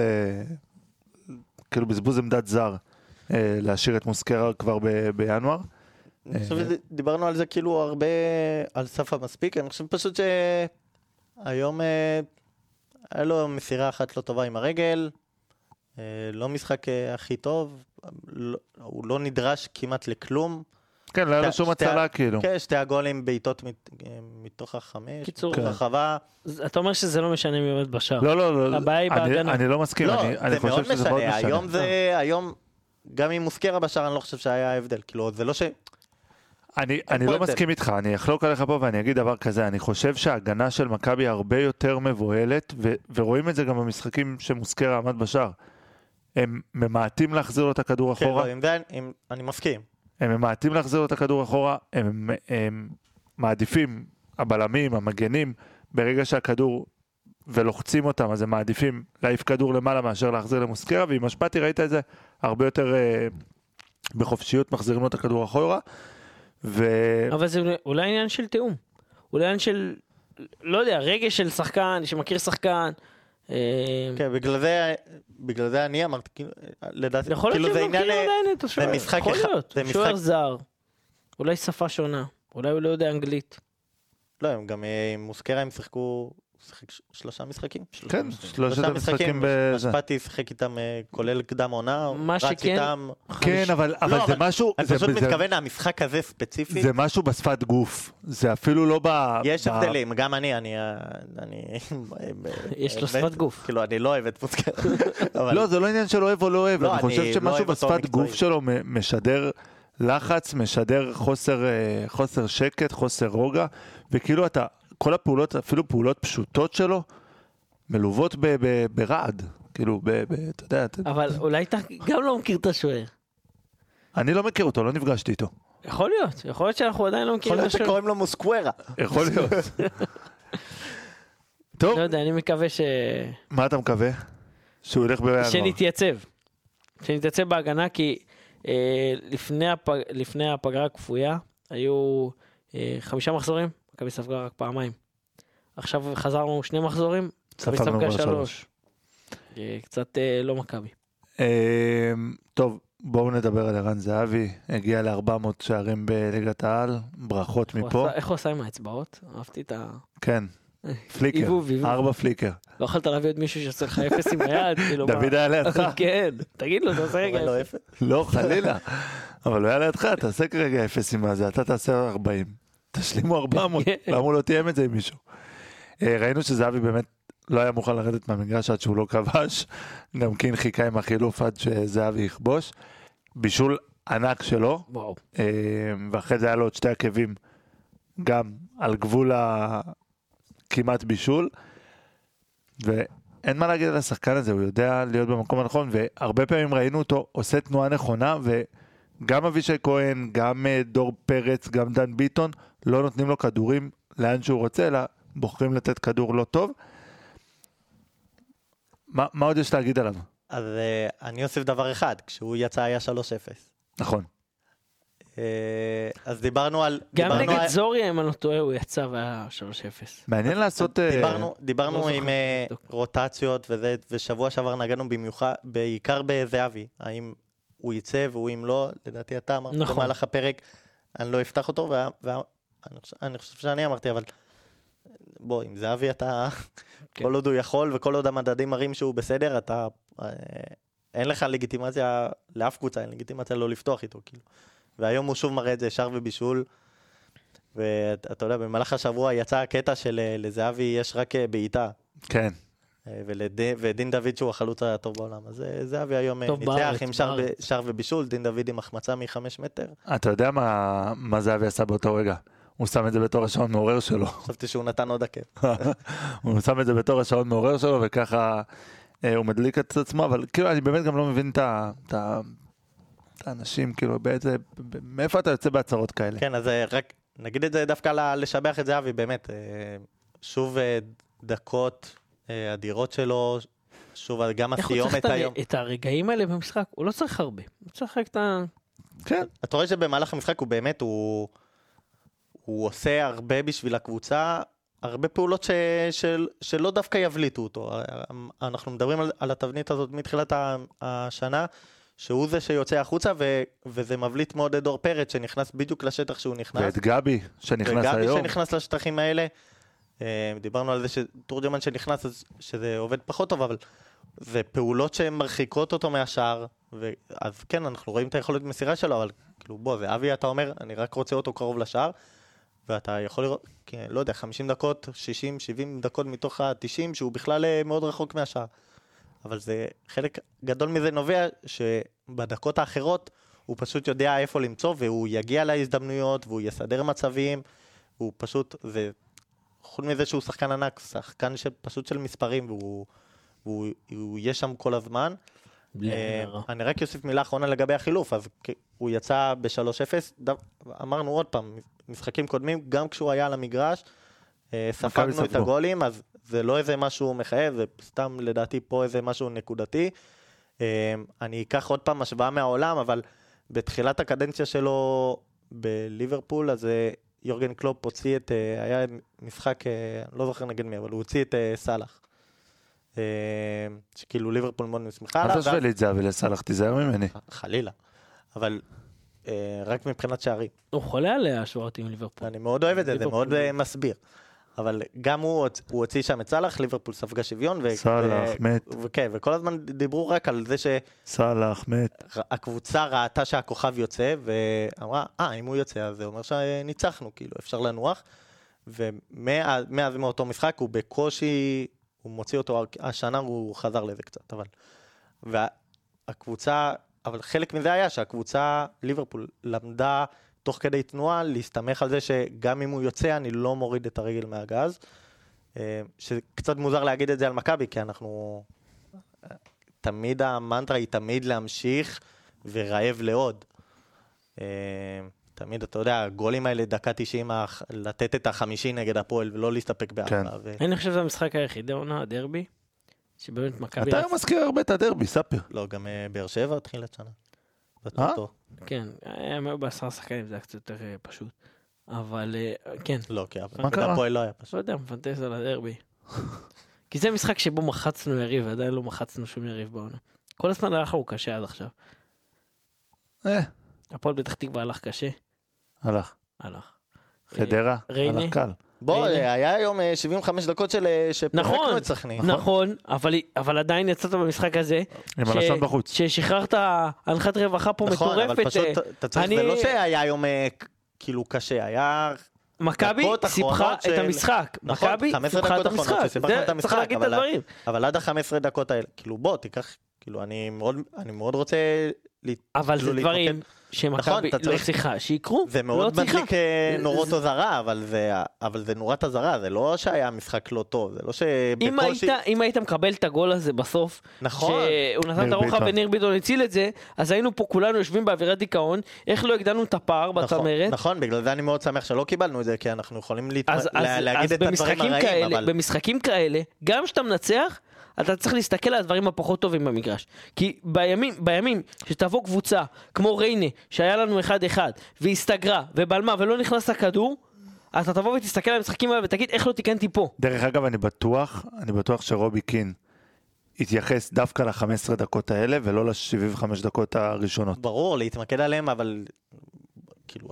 כאילו בזבוז עמדת זר. להשאיר את מוסקרה כבר ב- בינואר. אני חושב שדיברנו על זה כאילו הרבה על סף המספיק, אני חושב פשוט שהיום היה לו מסירה אחת לא טובה עם הרגל, לא משחק הכי טוב, הוא לא נדרש כמעט לכלום. כן, לא היה לו שום הצלה כאילו. כן, שתי הגולים בעיטות מתוך החמש, מתוך הרחבה. אתה אומר שזה לא משנה מי עומד בשער. לא, לא, לא. הבעיה היא בהגנה. אני לא מסכים, אני חושב שזה מאוד משנה. היום זה, היום, גם עם מוסקרה בשער, אני לא חושב שהיה הבדל. כאילו, זה לא ש... אני, אני לא מסכים איתך, אני אחלוק עליך פה ואני אגיד דבר כזה, אני חושב שההגנה של מכבי הרבה יותר מבוהלת, ו- ורואים את זה גם במשחקים שמוסקרה עמד בשער. הם ממעטים להחזיר לו את הכדור אחורה. כן, לא, עם זה עם, אני מסכים. הם ממעטים להחזיר לו את הכדור אחורה, הם, הם, הם מעדיפים, הבלמים, המגנים, ברגע שהכדור ולוחצים אותם, אז הם מעדיפים להעיף כדור למעלה מאשר להחזיר למוסקרה, ועם משפטי ראית את זה הרבה יותר אה, בחופשיות, מחזירים לו את הכדור אחורה. ו... אבל זה אולי עניין של תיאום, אולי עניין של, לא יודע, רגש של שחקן, שמכיר שחקן. כן, בגלל זה, בגלל זה אני אמרתי, לדעתי, יכול להיות שהם מכירים עדיין את השוער, יכול להיות, שוער זר, אולי שפה שונה, אולי הוא לא יודע אנגלית. לא, הם גם עם מוסקרה הם שיחקו, שלושה משחקים? כן, שלושת המשחקים בזה. משפטי שיחק איתם כולל קדם עונה, רץ איתם. כן, אבל זה משהו... אני פשוט מתכוון, המשחק הזה ספציפי... זה משהו בשפת גוף, זה אפילו לא ב... יש הבדלים, גם אני, אני... יש לו שפת גוף. כאילו, אני לא אוהב את מוסקרה. לא, זה לא עניין של אוהב או לא אוהב, אני חושב שמשהו בשפת גוף שלו משדר לחץ, משדר חוסר שקט, חוסר רוגע, וכאילו אתה... כל הפעולות, אפילו פעולות פשוטות שלו, מלוות ברעד. כאילו, אתה יודע... אבל אולי אתה גם לא מכיר את השוער. אני לא מכיר אותו, לא נפגשתי איתו. יכול להיות, יכול להיות שאנחנו עדיין לא מכירים את השוער. יכול להיות שקוראים לו מוסקוורה. יכול להיות. טוב. לא יודע, אני מקווה ש... מה אתה מקווה? שהוא ילך בינואר. שנתייצב. שנתייצב בהגנה, כי לפני הפגרה הכפויה, היו חמישה מחזורים. מכבי ספגה רק פעמיים. עכשיו חזרנו שני מחזורים, מכבי ספגה שלוש. קצת לא מכבי. טוב, בואו נדבר על ערן זהבי. הגיע ל-ארבע מאות שערים בליגת העל. ברכות מפה. איך הוא עשה עם האצבעות? אהבתי את ה... כן, פליקר. ארבע פליקר. לא יכולת להביא עוד מישהו שעושה לך אפס עם היד? דוד היה לידך. כן, תגיד לו, תעשה רגע אפס. לא, חלילה. אבל הוא היה לידך, תעשה רגע אפס עם הזה, אתה תעשה ארבעים. תשלימו ארבע מאות, למה הוא לא תיאם את זה עם מישהו. ראינו שזהבי באמת לא היה מוכן לרדת מהמגרש עד שהוא לא כבש, גם קין חיכה עם החילוף עד שזהבי יכבוש, בישול ענק שלו, ואחרי זה היה לו עוד שתי עקבים, גם על גבול הכמעט בישול, ואין מה להגיד על השחקן הזה, הוא יודע להיות במקום הנכון, והרבה פעמים ראינו אותו עושה תנועה נכונה, ו... גם אבישי כהן, גם דור פרץ, גם דן ביטון, לא נותנים לו כדורים לאן שהוא רוצה, אלא בוחרים לתת כדור לא טוב. מה, מה עוד יש להגיד עליו? אז uh, אני אוסיף דבר אחד, כשהוא יצא היה שלוש אפס. נכון. Uh, אז דיברנו על... גם דיברנו נגד על... זוריה, אם אני לא טועה, הוא יצא והיה שלוש אפס. מעניין לעשות... דיברנו, דיברנו עם uh, רוטציות, וזה, ושבוע שעבר נגענו במיוחד, בעיקר בזהבי. האם... הוא יצא, והוא אם לא, לדעתי אתה אמרת, נכון. במהלך הפרק, אני לא אפתח אותו, ואני חושב שאני אמרתי, אבל בוא, עם זהבי אתה, כל עוד הוא יכול, וכל עוד המדדים מראים שהוא בסדר, אתה, אין לך לגיטימציה, לאף קבוצה, אין לגיטימציה לא לפתוח איתו, כאילו. והיום הוא שוב מראה את זה, שער ובישול, ואתה יודע, במהלך השבוע יצא הקטע של לזהבי יש רק בעיטה. כן. ודין דוד שהוא החלוץ הטוב בעולם, אז זהבי היום ניצח עם שער ובישול, דין דוד עם החמצה מחמש מטר. אתה יודע מה זהבי עשה באותו רגע? הוא שם את זה בתור השעון מעורר שלו. חשבתי שהוא נתן עוד עקב. הוא שם את זה בתור השעון מעורר שלו, וככה הוא מדליק את עצמו, אבל כאילו אני באמת גם לא מבין את האנשים, כאילו באיזה, מאיפה אתה יוצא בהצהרות כאלה? כן, אז רק נגיד את זה דווקא לשבח את זהבי, באמת, שוב דקות אדירות שלו, שוב גם הסיומת היום. איך הוא צריך את הרגעים האלה במשחק? הוא לא צריך הרבה, הוא צריך רק את ה... כן. אתה רואה שבמהלך המשחק הוא באמת, הוא... הוא עושה הרבה בשביל הקבוצה, הרבה פעולות ש, של, שלא דווקא יבליטו אותו. אנחנו מדברים על, על התבנית הזאת מתחילת השנה, שהוא זה שיוצא החוצה, ו, וזה מבליט מאוד את דור פרץ, שנכנס בדיוק לשטח שהוא נכנס. ואת גבי, שנכנס וגבי היום. וגבי שנכנס לשטחים האלה. דיברנו על זה שתורג'מן שנכנס, שזה עובד פחות טוב, אבל זה פעולות שהן מרחיקות אותו מהשאר, אז כן, אנחנו רואים את היכולת מסירה שלו, אבל כאילו בוא, זה אבי, אתה אומר, אני רק רוצה אותו קרוב לשאר, ואתה יכול לראות, לא יודע, חמישים דקות, שישים, שבעים דקות מתוך ה-תשעים, שהוא בכלל מאוד רחוק מהשאר. אבל זה, חלק גדול מזה נובע, שבדקות האחרות, הוא פשוט יודע איפה למצוא, והוא יגיע להזדמנויות, והוא יסדר מצבים, הוא פשוט, זה, חוץ מזה שהוא שחקן ענק, שחקן פשוט של מספרים, והוא, והוא, הוא יהיה שם כל הזמן. אני רק אוסיף מילה אחרונה לגבי החילוף, אז הוא יצא ב-שלוש אפס, אמרנו עוד פעם, משחקים קודמים, גם כשהוא היה על המגרש, ספגנו את הגולים, אז זה לא איזה משהו מחייב, זה סתם לדעתי פה איזה משהו נקודתי. אני אקח עוד פעם השוואה מהעולם, אבל בתחילת הקדנציה שלו בליברפול, אז יורגן קלופ הוציא את, היה משחק, לא זוכר נגד מי, אבל הוא הוציא את סלאח. שכאילו ליברפול מאוד נשמחה עליו. אל תשווה לי את זה, אבל לסלאח תיזהר ממני. חלילה. אבל רק מבחינת שערים. הוא חולה על השוואות עם ליברפול. אני מאוד אוהב את זה, זה מאוד מסביר. אבל גם הוא הוציא שם את סלאח, ליברפול ספגה שוויון. סלאח, מת. וכן, וכל הזמן דיברו רק על זה ש... סלאח, מת. הקבוצה ראתה שהכוכב יוצא, ואמרה, אה, אם הוא יוצא, אז זה אומר שניצחנו, כאילו, אפשר לנוח. ומאז מאותו משחק הוא בקושי... הוא מוציא אותו, השנה הוא חזר לזה קצת, אבל... והקבוצה, אבל חלק מזה היה שהקבוצה, ליברפול, למדה תוך כדי תנועה, להסתמך על זה שגם אם הוא יוצא, אני לא מוריד את הרגל מהגז. שקצת מוזר להגיד את זה על מכבי, כי אנחנו... תמיד המנטרה היא תמיד להמשיך ורעב לעוד. תמיד, אתה יודע, הגולים האלה דקה תשעים, לתת את החמישי נגד הפועל ולא להסתפק בארבע. אני חושב שזה המשחק היחיד, העונה, הדרבי, שבאמת מכבי... אתה מזכיר הרבה את הדרבי, ספר. לא, גם באר שבע התחילת שנה. אה? כן, היה בעשרה שחקנים, זה היה קצת יותר פשוט. אבל, כן. לא, כי הפועל לא היה פשוט. לא יודע, מפנטז על הדרבי. כי זה משחק שבו מחצנו יריב, ועדיין לא מחצנו שום יריב בעונה. כל הזמן הלך הוא קשה עד עכשיו. אה. הפועל פתח תקווה הלך קשה. הלך. הלך. חדרה, ריינה. הלך קל. בוא, היה היום שבעים וחמש דקות של שפרקנו את סכנין. נכון, אבל עדיין יצאת במשחק הזה. עם הלשון בחוץ. ששחררת הנחת רווחה פה מטורפת. נכון, אבל פשוט, אתה צריך, זה לא שהיה היום כאילו קשה, היה... מכבי סיפחה את המשחק. מכבי סיפחה את המשחק. צריך להגיד את הדברים. אבל עד ה-חמש עשרה דקות האלה, כאילו בוא, תיקח, כאילו אני מאוד רוצה... אבל זה דברים שמכבי לא צריכה שיקרו. זה מאוד מדליק נורות הזרה, אבל זה נורת הזרה, זה לא שהיה משחק לא טוב, זה לא שבקושי... אם היית מקבל את הגול הזה בסוף, שהוא נתן את הרוחב וניר ביטון הציל את זה, אז היינו פה כולנו יושבים באווירת דיכאון, איך לא הגדלנו את הפער בצמרת. נכון, בגלל זה אני מאוד שמח שלא קיבלנו את זה, כי אנחנו יכולים להגיד את הדברים הרעים, אבל... במשחקים כאלה, גם שאתה מנצח, אתה צריך להסתכל על הדברים הפחות טובים במגרש. כי בימים, בימים שתבוא קבוצה, כמו ריינה, שהיה לנו אחד אחד, והסתגרה, ובלמה, ולא נכנס לכדור, אז אתה תבוא ותסתכל על המשחקים האלה, ותגיד, איך לא תיקנתי פה? דרך אגב, אני בטוח, אני בטוח שרובי קין התייחס דווקא ל-חמש עשרה דקות האלה, ולא ל-שבעים וחמש דקות הראשונות. ברור, להתמקד עליהם, אבל כאילו,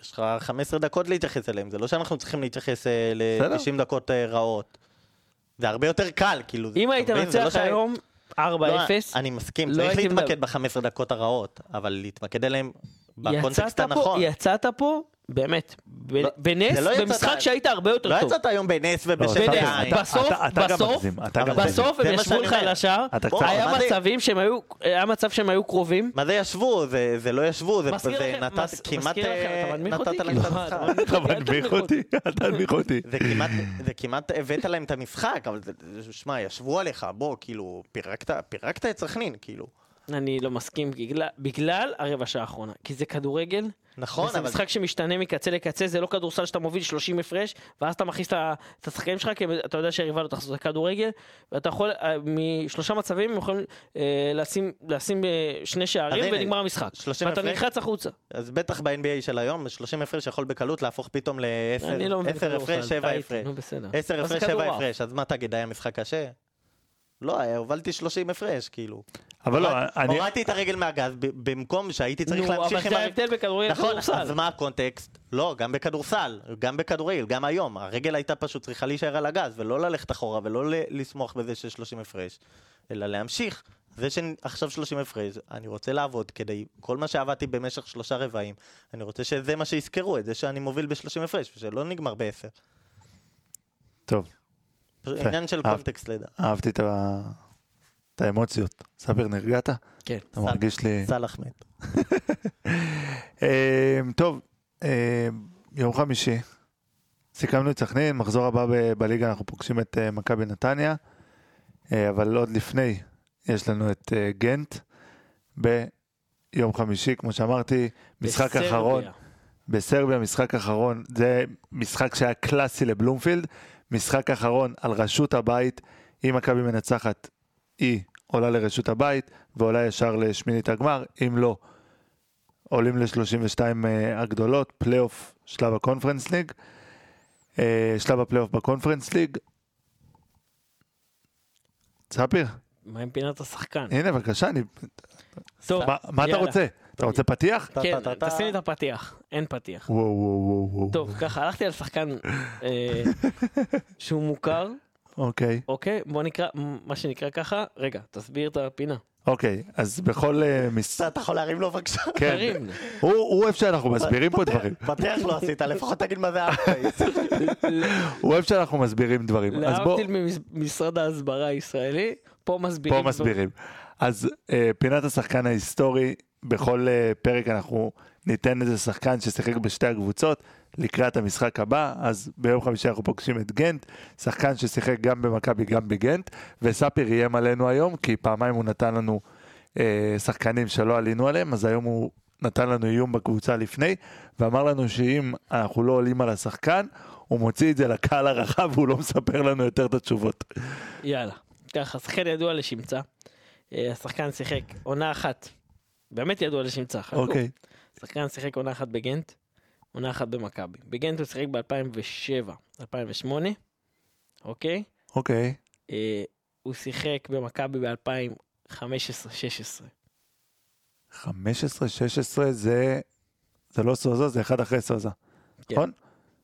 יש לך חמש עשרה דקות להתייחס אליהם, זה לא שאנחנו צריכים להתייחס ל-תשעים דקות רעות. זה הרבה יותר קל, כאילו. אם היית מנצח היום ארבע אפס, אני מסכים, צריך להתמקד ב-חמש עשרה דקות הרעות, אבל להתמקד אליהם בקונטקסט הנכון. יצאת פה, באמת, בנס, במשחק שהיית הרבה יותר טוב. לא יצאת היום בנס ובשפע עין. בסוף הם ישבו לך על השאר, היה מצבים שהם היו, היה מצב שהם היו קרובים. מה זה ישבו? זה לא ישבו, זה נתת כמעט... נתת להם את המשחק. אתה מנמיך אותי, אתה מנמיך אותי. זה כמעט הבאת להם את המשחק, אבל שמע, ישבו עליך, בוא, כאילו, פירקת את סכנין, כאילו. אני לא מסכים, בגלל הרבע שעה האחרונה, כי זה כדורגל, נכון, זה משחק שמשתנה מקצה לקצה, זה לא כדורסל שאתה מוביל שלושים הפרש, ואז אתה מכניס את השחקנים שלך, כי אתה יודע שהריבה לא תחזור, זה כדורגל, ואתה יכול, משלושה מצבים, הם יכולים לשים שני שערים, ונגמר המשחק, ואתה נלחץ החוצה. אז בטח ב-אן בי איי של היום, שלושים הפרש יכול בקלות להפוך פתאום ל-עשר הפרש, שבע הפרש. עשר הפרש, שבע הפרש, אז מה תגיד, היה משחק קשה? לא, הובלתי שלושים הפרש, כאילו. אבל לא, אני... הורדתי את הרגל מהגז, במקום שהייתי צריך להמשיך עם... אבל זה ההבדל בכדורגל וכדורסל. נכון, אז מה הקונטקסט? לא, גם בכדורסל, גם בכדורגל, גם היום. הרגל הייתה פשוט צריכה להישאר על הגז, ולא ללכת אחורה, ולא לסמוך בזה של שלושים הפרש, אלא להמשיך. זה שעכשיו שלושים הפרש, אני רוצה לעבוד כדי, כל מה שעבדתי במשך שלושה רבעים, אני רוצה שזה מה שיזכרו, את זה שאני מוביל ב-שלושים הפרש, ושלא נגמר ב-עשר. טוב. עניין של קונטקסט לידה. אהבתי את האמוציות. ספיר, נרגעת? כן. אתה מרגיש לי... סלח מת. טוב, יום חמישי. סיכמנו את סכנין, מחזור הבא בליגה, אנחנו פוגשים את מכבי נתניה, אבל עוד לפני יש לנו את גנט ביום חמישי, כמו שאמרתי, משחק אחרון. בסרביה, משחק אחרון. זה משחק שהיה קלאסי לבלומפילד. משחק אחרון על רשות הבית, אם מכבי מנצחת, היא עולה לרשות הבית, ועולה ישר לשמינית הגמר, אם לא, עולים ל-שלושים ושתיים הגדולות, פלייאוף שלב הקונפרנס ליג, שלב הפלייאוף בקונפרנס ליג. ספיר? מה עם פינת השחקן? הנה, בבקשה, אני... מה אתה רוצה? אתה רוצה פתיח? כן, תשים את הפתיח, אין פתיח. וואו, וואו, וואו. טוב, ככה, הלכתי על שחקן שהוא מוכר. אוקיי. אוקיי, בוא נקרא, מה שנקרא ככה, רגע, תסביר את הפינה. אוקיי, אז בכל משחק... אתה יכול להרים לו בבקשה? כן, הוא אוהב שאנחנו מסבירים פה דברים. פתיח לא עשית, לפחות תגיד מה זה ארפייס. הוא אוהב שאנחנו מסבירים דברים. להבדיל ממשרד ההסברה הישראלי, פה מסבירים. פה מסבירים. אז פינת השחקן ההיסטורי, בכל פרק אנחנו ניתן איזה שחקן ששיחק בשתי הקבוצות לקראת המשחק הבא. אז ביום חמישי אנחנו פוגשים את גנט, שחקן ששיחק גם במכבי גם בגנט, וספיר איים עלינו היום, כי פעמיים הוא נתן לנו אה, שחקנים שלא עלינו עליהם, אז היום הוא נתן לנו איום בקבוצה לפני, ואמר לנו שאם אנחנו לא עולים על השחקן, הוא מוציא את זה לקהל הרחב, והוא לא מספר לנו יותר את התשובות. יאללה, ככה, שחקן ידוע לשמצה, השחקן שיחק עונה אחת, באמת ידוע לשמצה. אוקיי. שחקן שיחק עונה אחת בגנט, עונה אחת במכבי. בגנט הוא שיחק ב-אלפיים ושבע אלפיים ושמונה, אוקיי? אוקיי. הוא שיחק במכבי ב-אלפיים וחמש עשרה שש עשרה. חמש עשרה שש עשרה זה, זה לא סוזה, זה אחד אחרי סוזה. נכון?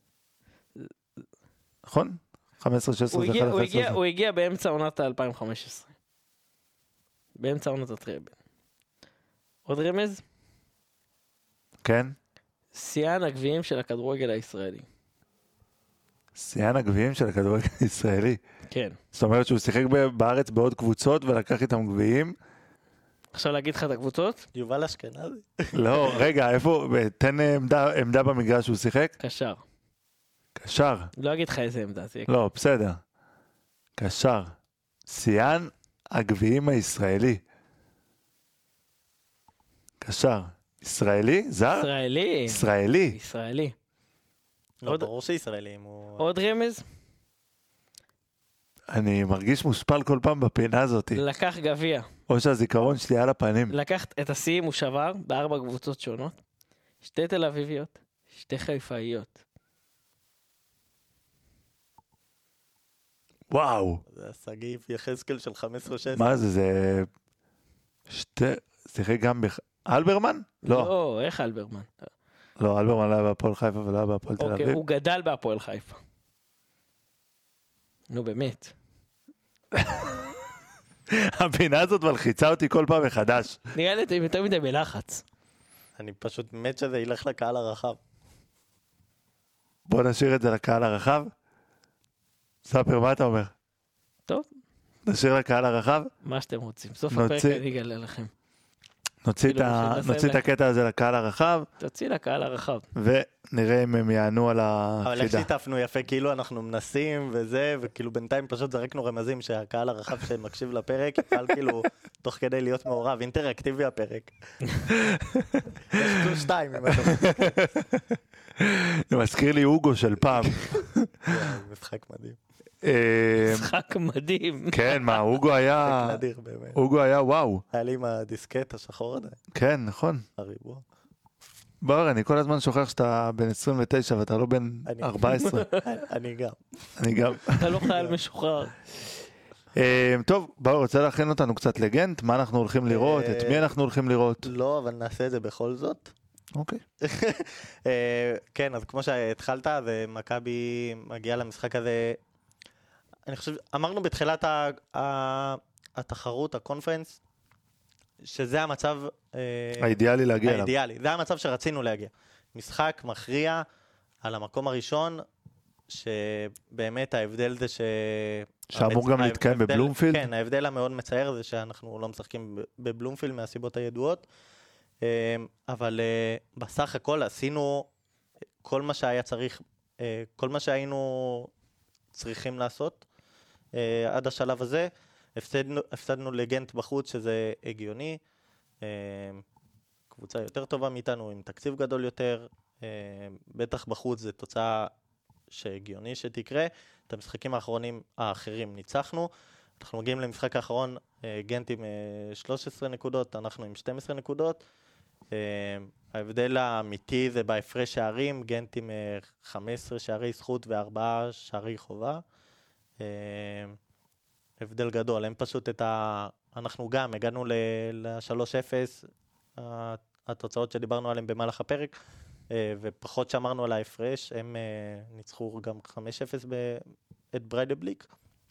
נכון? חמש עשרה שש עשרה זה אחד אחרי סוזה. הוא הגיע באמצע עונת ה-אלפיים וחמש עשרה. באמצע עונת הטרבל. עוד רמז? כן. שיאן הגביעים של הכדורגל הישראלי. שיאן הגביעים של הכדורגל הישראלי? כן. זאת אומרת שהוא שיחק בארץ בעוד קבוצות ולקח איתם גביעים? עכשיו להגיד לך את הקבוצות? יובל אשכנזי. לא, רגע, איפה? תן עמדה, עמדה במגרש שהוא שיחק? קשר. קשר? לא אגיד לך איזה עמדה. לא, בסדר. קשר. שיאן הגביעים הישראלי. קשר. ישראלי? זר? ישראלי. ישראלי. ישראלי. לא, ברור שישראלים. עוד רמז? אני מרגיש מושפל כל פעם בפינה הזאת. לקח גביע. או שהזיכרון שלי על הפנים. לקח את השיאים הוא שבר בארבע קבוצות שונות. שתי תל אביביות, שתי חיפאיות. וואו. זה השגיב יחזקאל של חמש עשרה שש עשרה. מה זה? זה... שתי... שיחק גם בח... אלברמן? לא. לא, איך אלברמן? לא, אלברמן לא היה בהפועל חיפה ולא היה בהפועל תל אוקיי, אביב. הוא גדל בהפועל חיפה. נו באמת. הפינה הזאת מלחיצה אותי כל פעם מחדש. נראה לי אתם יותר מדי בלחץ. אני פשוט מת שזה ילך לקהל הרחב. בוא נשאיר את זה לקהל הרחב. ספר, מה אתה אומר? טוב, נשאיר לקהל הרחב? מה שאתם רוצים. סוף נוציא- הפרק אני אגלה לכם. נוציא את כאילו, ה- שננסה נוציא את לה- הקטע הזה לקהל הרחב, תוציא לקהל הרחב. ונראה אם הם יענו על אבל איך החידה. שיתפנו יפה, כאילו אנחנו מנסים וזה, וכאילו בינתיים פשוט זרקנו רמזים שהקהל הרחב שמקשיב לפרק, יפעל כאילו תוך כדי להיות מעורב, אינטראקטיבי הפרק. יש פלוס שתיים אם אתה רוצה. זה מזכיר לי אוגו של פעם. משחק מדהים. אה, משחק מדהים. כן, מה, אוגו היה... משחק נדיר באמת. אוגו היה וואו. היה לי עם הדיסקט השחור עדיין, כן, נכון. הריבוע. בר, אני כל הזמן שוכח שאתה בן עשרים ותשע ואתה לא בן אני- ארבע עשרה. אני גם. אני גם. אתה לא חייל משוחרר. אה, טוב, בר, רוצה להכין אותנו קצת לגנט? מה אנחנו הולכים לראות? את מי אנחנו הולכים לראות? לא, אבל נעשה את זה בכל זאת. אוקיי. אה, כן, אז כמו שהתחלת, אז אה, מכבי מגיעה למשחק הזה, אני חושב, אמרנו בתחילת ה- ה- התחרות, הקונפרנס, שזה המצב אה, האידיאלי להגיע אליו. האידיאלי, זה המצב שרצינו להגיע. משחק מכריע על המקום הראשון, שבאמת ההבדל זה ש... שאמור גם להתקיים ההבדל- בבלומפילד? כן, ההבדל המאוד מצער זה שאנחנו לא משחקים ב- בבלומפילד מהסיבות הידועות, אה, אבל אה, בסך הכל עשינו כל מה שהיה צריך, אה, כל מה שהיינו צריכים לעשות אה, עד השלב הזה. הפסדנו, הפסדנו לגנט בחוץ, שזה הגיוני. אה, קבוצה יותר טובה מאיתנו, עם תקציב גדול יותר. אה, בטח בחוץ זה תוצאה שהגיוני שתקרה. את המשחקים האחרונים האחרים ניצחנו. אנחנו מגיעים למשחק האחרון, אה, גנט עם אה, שלוש עשרה נקודות, אנחנו עם שתים עשרה נקודות. Uh, ההבדל האמיתי זה בהפרש שערים, גנט עם uh, חמישה עשר שערי זכות וארבעה שערי חובה. Uh, הבדל גדול, הם פשוט את ה... אנחנו גם הגענו ל-שלוש אפס, uh, התוצאות שדיברנו עליהן במהלך הפרק, uh, ופחות שמרנו על ההפרש, הם uh, ניצחו גם חמש אפס ב- את בריידבליק.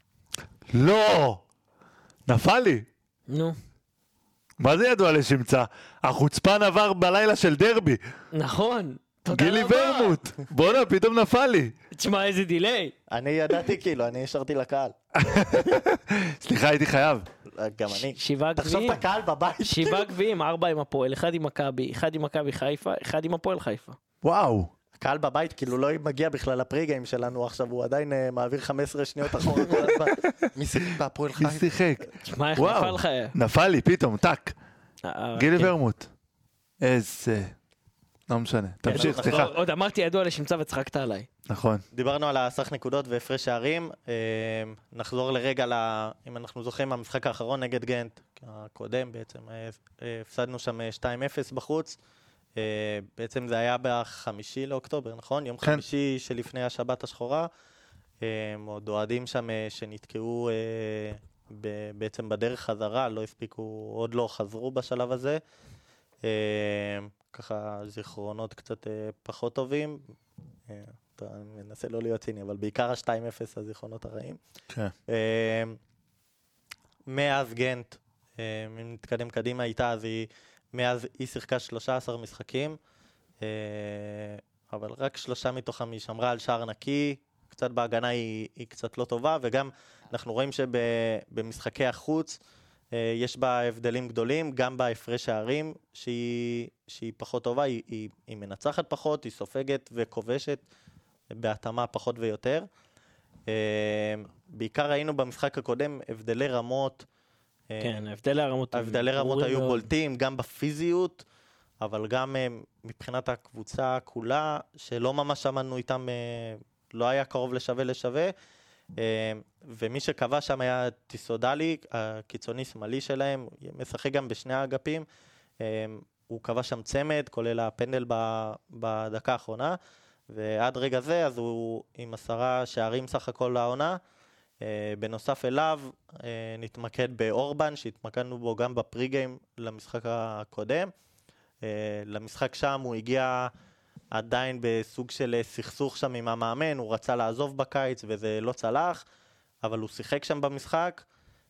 לא! נפל לי. נו, מה זה ידוע לשמצה? החוצפן עבר בלילה של דרבי. נכון. תודה גילי רבה. ורמוט. בואנה, פתאום נפל לי. תשמע, איזה דיליי. אני ידעתי כאילו, אני השארתי לקהל. סליחה, הייתי חייב. גם אני. שבעה תחשוב גביעים. את הקהל בבית. שבעה גביעים, ארבע עם הפועל, אחד עם מכבי, אחד עם מכבי חיפה, אחד עם הפועל חיפה. וואו. הקהל בבית כאילו לא מגיע בכלל לפרי-גיים שלנו עכשיו, הוא עדיין uh, מעביר חמש עשרה שניות אחורה כל הזמן. מי שיחק בהפועל מי חיפה? שיחק? תשמע, איך נפל וואו. לך? נפל לי, פתאום, טאק. אה, גילי כן. ורמוט. איזה... לא משנה. תמשיך, לא, סליחה. עוד- עוד אמרתי ידוע לשמצה וצחקת עליי. נכון. דיברנו על הסך נקודות והפרש שערים, uh, נחזור לרגע, ל... אם אנחנו זוכרים, המשחק האחרון נגד גנט, הקודם בעצם, uh, הפסדנו שם שתיים אפס בחוץ, uh, בעצם זה היה בחמישי לאוקטובר, נכון? יום כן. חמישי שלפני השבת השחורה, uh, עוד אוהדים שם uh, שנתקעו uh, ב- בעצם בדרך חזרה, לא הספיקו, עוד לא חזרו בשלב הזה. Uh, ככה זיכרונות קצת uh, פחות טובים. Uh, טוב, אני מנסה לא להיות ציני, אבל בעיקר ה-שתיים אפס הזיכרונות הרעים. כן. Uh, מאז גנט, uh, אם נתקדם קדימה איתה, אז היא, מאז היא שיחקה שלושה עשר משחקים, uh, אבל רק שלושה מתוכם היא שמרה על שער נקי, קצת בהגנה היא, היא קצת לא טובה, וגם אנחנו רואים שבמשחקי החוץ, Uh, יש בה הבדלים גדולים, גם בהפרש שערים שהיא, שהיא פחות טובה, היא, היא, היא מנצחת פחות, היא סופגת וכובשת בהתאמה פחות ויותר. Uh, בעיקר ראינו במשחק הקודם הבדלי רמות, uh, כן, הבדלי הרמות. הבדלי רמות ברורים היו מאוד. בולטים, גם בפיזיות, אבל גם uh, מבחינת הקבוצה כולה, שלא ממש שמענו איתם, uh, לא היה קרוב לשווה לשווה. Uh, ומי שקבע שם היה טיסודלי, הקיצוני שמאלי שלהם, משחק גם בשני האגפים, uh, הוא קבע שם צמד, כולל הפנדל ב, בדקה האחרונה, ועד רגע זה אז הוא עם עשרה שערים סך הכל לעונה. Uh, בנוסף אליו uh, נתמקד באורבן, שהתמקדנו בו גם בפרי-גיים למשחק הקודם. Uh, למשחק שם הוא הגיע עדיין בסוג של סכסוך שם עם המאמן, הוא רצה לעזוב בקיץ וזה לא צלח, אבל הוא שיחק שם במשחק.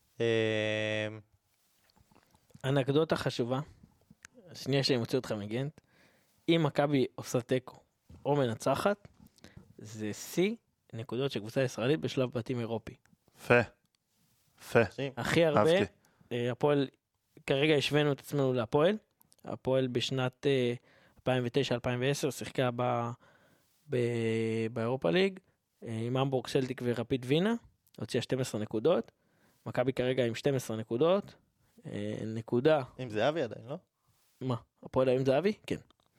אנקדוטה חשובה, השנייה שאני מוציא אותך מגנט, אם מכבי עושה תיקו או מנצחת, זה שיא נקודות של קבוצה ישראלית בשלב בתים אירופי. יפה, יפה. הכי הרבה, הפועל, כרגע השווינו את עצמנו להפועל, הפועל בשנת אלפיים ותשע אלפיים ועשר שיחקה באירופה ליג, עם המבורג סלטיק ורפיד וינה, הוציאה שתים עשרה נקודות, מכבי כרגע עם שתים עשרה נקודות, נקודה. עם זהבי עדיין, לא? מה? הפועל עם זהבי? כן.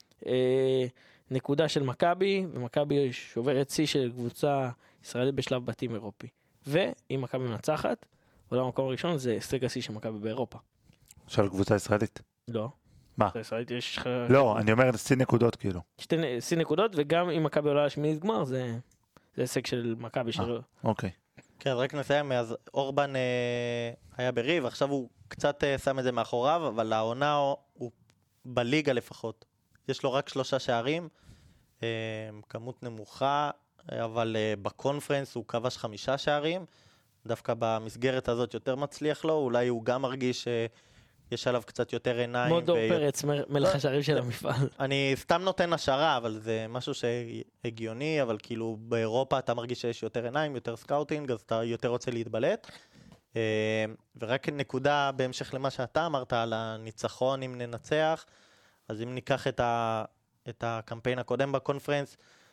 נקודה של מכבי, ומכבי שוברת שיא של קבוצה ישראלית בשלב בתים אירופי. ואם מכבי מנצחת, עולה המקום הראשון זה הישג השיא של מכבי באירופה. של קבוצה ישראלית? לא. מה? ישראלית יש... לא, אני אומר שיא נקודות כאילו. שיא נקודות, וגם אם מכבי עולה לשמינית גמר, זה הישג של מכבי שלו. אוקיי. כן, רק נסיים, אז אורבן היה בריב, עכשיו הוא קצת שם את זה מאחוריו, אבל העונה הוא בליגה לפחות. יש לו רק שלושה שערים, כמות נמוכה, אבל בקונפרנס הוא כבש חמישה שערים, דווקא במסגרת הזאת יותר מצליח לו, אולי הוא גם מרגיש שיש עליו קצת יותר עיניים. מודו פרץ, מלך השערים של המפעל. אני סתם נותן השערה, אבל זה משהו שהגיוני, אבל כאילו באירופה אתה מרגיש שיש יותר עיניים, יותר סקאוטינג, אז אתה יותר רוצה להתבלט. ורק נקודה בהמשך למה שאתה אמרת על הניצחון אם ננצח, אז אם ניקח את, ה, את הקמפיין הקודם בקונפרנס,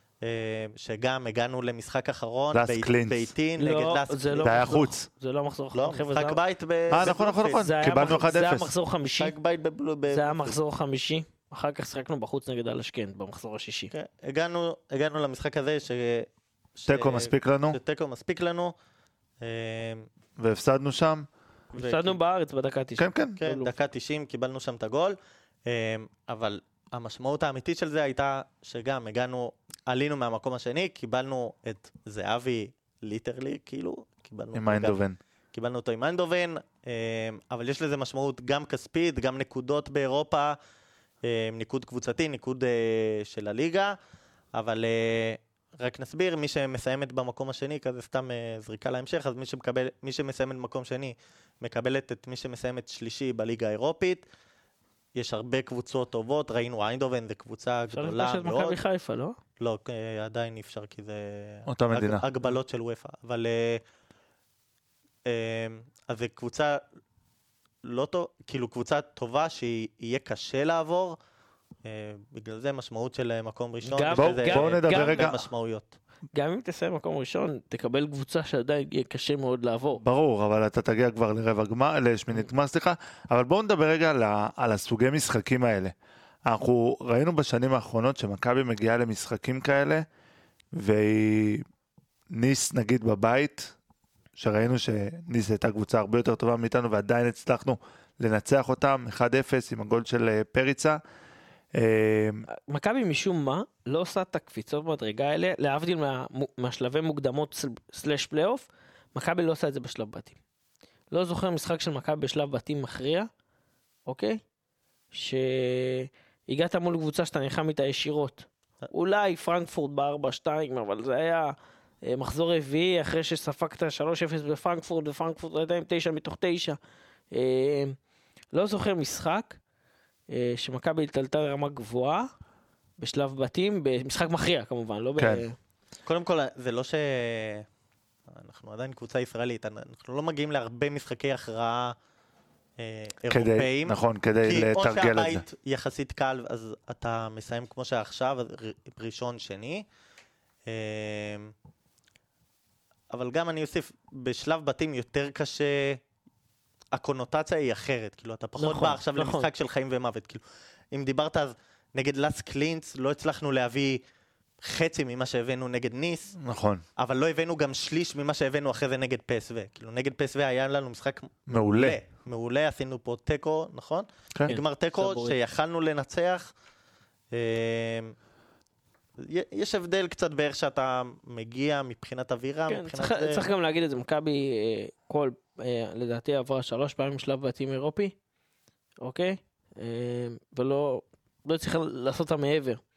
שגם הגענו למשחק אחרון, ביתין, נגד לאס קלינס. זה היה חוץ. זה לא מחזור לא, משחק בית ב... אה, נכון, נכון, נכון, קיבלנו אחד אפס. זה היה מחזור חמישי. משחק בית בבלו... זה היה מחזור חמישי, אחר כך שחקנו בחוץ נגד אלשכן, במחזור השישי. הגענו למשחק הזה ש... טקו מספיק לנו. שטקו מספיק לנו. והפסדנו שם. הפסדנו בארץ בדקה תשעים. כן, כן. כן, דקה תשעים, קיבלנו שם את הגול. אבל המשמעות האמיתית של זה הייתה שגם הגענו, עלינו מהמקום השני, קיבלנו את זהבי ליטרלי, כאילו. עם איינדובן. קיבלנו אותו עם איינדובן, אבל יש לזה משמעות גם כספית, גם נקודות באירופה, ניקוד קבוצתי, ניקוד של הליגה, אבל רק נסביר, מי שמסיימת במקום השני, כזה סתם זריקה להמשך, אז מי שמקבל, מי שמסיימת במקום שני, מקבלת את מי שמסיימת שלישי בליגה האירופית. יש הרבה קבוצות טובות, ראינו איינדובן, זו קבוצה גדולה מאוד. אפשר מכבי חיפה, לא? לא, עדיין אי אפשר, כי זה... אותה מדינה. הגבלות של וופא, אבל... אז זו קבוצה לא טוב, כאילו קבוצה טובה שיהיה קשה לעבור, בגלל זה משמעות של מקום ראשון. בואו נדבר רגע. משמעויות. גם אם תסיים מקום ראשון, תקבל קבוצה שעדיין יהיה קשה מאוד לעבור. ברור, אבל אתה תגיע כבר לרבע גמר, לשמינית גמר, סליחה, אבל בואו נדבר רגע על, על הסוגי משחקים האלה. אנחנו ראינו בשנים האחרונות שמכבי מגיעה למשחקים כאלה, והיא ניס נגיד בבית, שראינו שניס הייתה קבוצה הרבה יותר טובה מאיתנו, ועדיין הצלחנו לנצח אותם, אחד אפס עם הגול של פריצה. מכבי משום מה לא עושה את הקפיצות במדרגה האלה, להבדיל מה, מהשלבי מוקדמות סלש פלייאוף, מכבי לא עושה את זה בשלב בתים. לא זוכר משחק של מכבי בשלב בתים מכריע, אוקיי? שהגעת מול קבוצה שאתה נלחם איתה ישירות. אולי פרנקפורט ב-ארבע שתיים, אבל זה היה מחזור רביעי אחרי שספקת שלוש אפס בפרנקפורט, ופרנקפורט הייתה עם תשע מתוך תשע. לא זוכר משחק, שמכבי התעלתה לרמה גבוהה, בשלב בתים, במשחק מכריע כמובן, לא כן. ב... קודם כל, זה לא ש... אנחנו עדיין קבוצה ישראלית, אנחנו לא מגיעים להרבה משחקי הכרעה אירופאים. נכון, כדי לתרגל את זה. כי או שהבית יחסית קל, אז אתה מסיים כמו שעכשיו, ראשון, שני. אבל גם אני אוסיף, בשלב בתים יותר קשה... הקונוטציה היא אחרת, כאילו אתה פחות בא עכשיו למשחק של חיים ומוות, כאילו אם דיברת אז נגד לאס קלינס לא הצלחנו להביא חצי ממה שהבאנו נגד ניס, נכון, אבל לא הבאנו גם שליש ממה שהבאנו אחרי זה נגד פסו, כאילו נגד פסו היה לנו משחק מעולה, מעולה, עשינו פה טקו, נכון? נגמר טקו שיכלנו לנצח, יש הבדל קצת באיך שאתה מגיע מבחינת אווירה, צריך גם להגיד את זה, מכבי כל לדעתי עברה שלוש פעמים שלב בתים אירופי, אוקיי? ולא לא צריך לעשות אותה מעבר.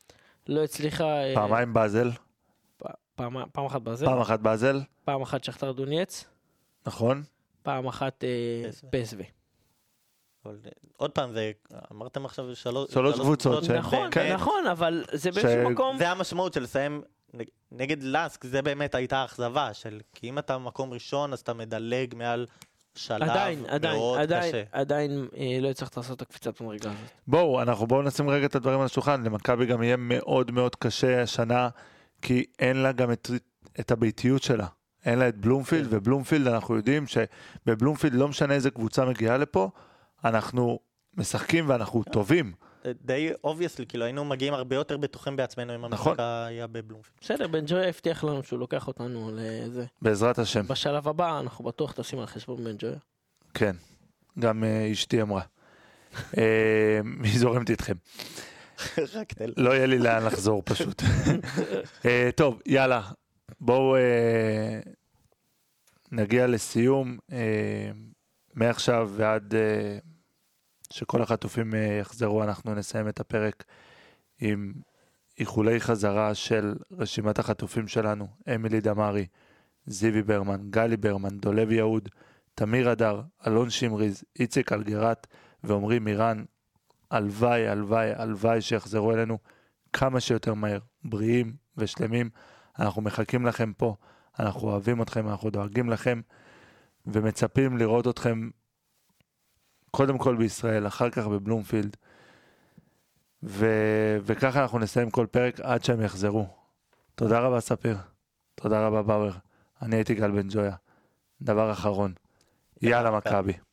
לא הצליחה... אה, פעמיים באזל, פ- פעם פעם אחת בזה, פעם אחת באזל, פעם אחת שכתר דונייץ, נכון? פעם אחת אה, פסו. פסו. אבל, עוד פעם, זה, אמרתם עכשיו שלוש, שלוש קבוצות ש- נכון, כן. נכון, אבל זה ש- באיזשהו מקום... זה המשמעות של לסיים נג- נגד לסק, זה באמת הייתה אכזבה של, כי אם אתה מקום ראשון, אז אתה מדלג מעל שלב עדיין, עדיין, מאוד עדיין, קשה. עדיין אה, לא הצלחת לעשות את הקפיצת המדרגה הזאת. בואו, אנחנו בואו נשים רגע את הדברים על השולחן, למכבי גם יהיה מאוד מאוד קשה השנה, כי אין לה גם את, את הביתיות שלה. אין לה את בלומפילד, כן. ובלומפילד אנחנו יודעים שבבלומפילד לא משנה איזה קבוצה מגיעה לפה, אנחנו משחקים ואנחנו טובים. די אובייסלי, כאילו היינו מגיעים הרבה יותר בטוחים בעצמנו אם נכון. המשחק היה בבלומפילד. בסדר, בן ג'ויה הבטיח לנו שהוא לוקח אותנו לזה. בעזרת השם. בשלב הבא אנחנו בטוח טסים על חשבון בן ג'ויה. כן, גם uh, אשתי אמרה. uh, מי זורמת איתכם? רק תל. לא יהיה לי לאן לחזור פשוט. uh, טוב, יאללה, בואו uh, נגיע לסיום. Uh, מעכשיו ועד uh, שכל החטופים uh, יחזרו, אנחנו נסיים את הפרק עם איחולי חזרה של רשימת החטופים שלנו, אמילי דמרי, זיוי ברמן, גלי ברמן, דולב יהוד, תמיר הדר, אלון שמריז, איציק אלגרת ועומרי מירן. הלוואי, הלוואי, הלוואי שיחזרו אלינו כמה שיותר מהר, בריאים ושלמים. אנחנו מחכים לכם פה, אנחנו אוהבים אתכם, אנחנו דואגים לכם ומצפים לראות אתכם קודם כל בישראל, אחר כך בבלומפילד, ו... וככה אנחנו נסיים כל פרק עד שהם יחזרו. תודה רבה ספיר, תודה רבה באואר, אני הייתי גל בן ג'ויה. דבר אחרון, יאללה מכבי.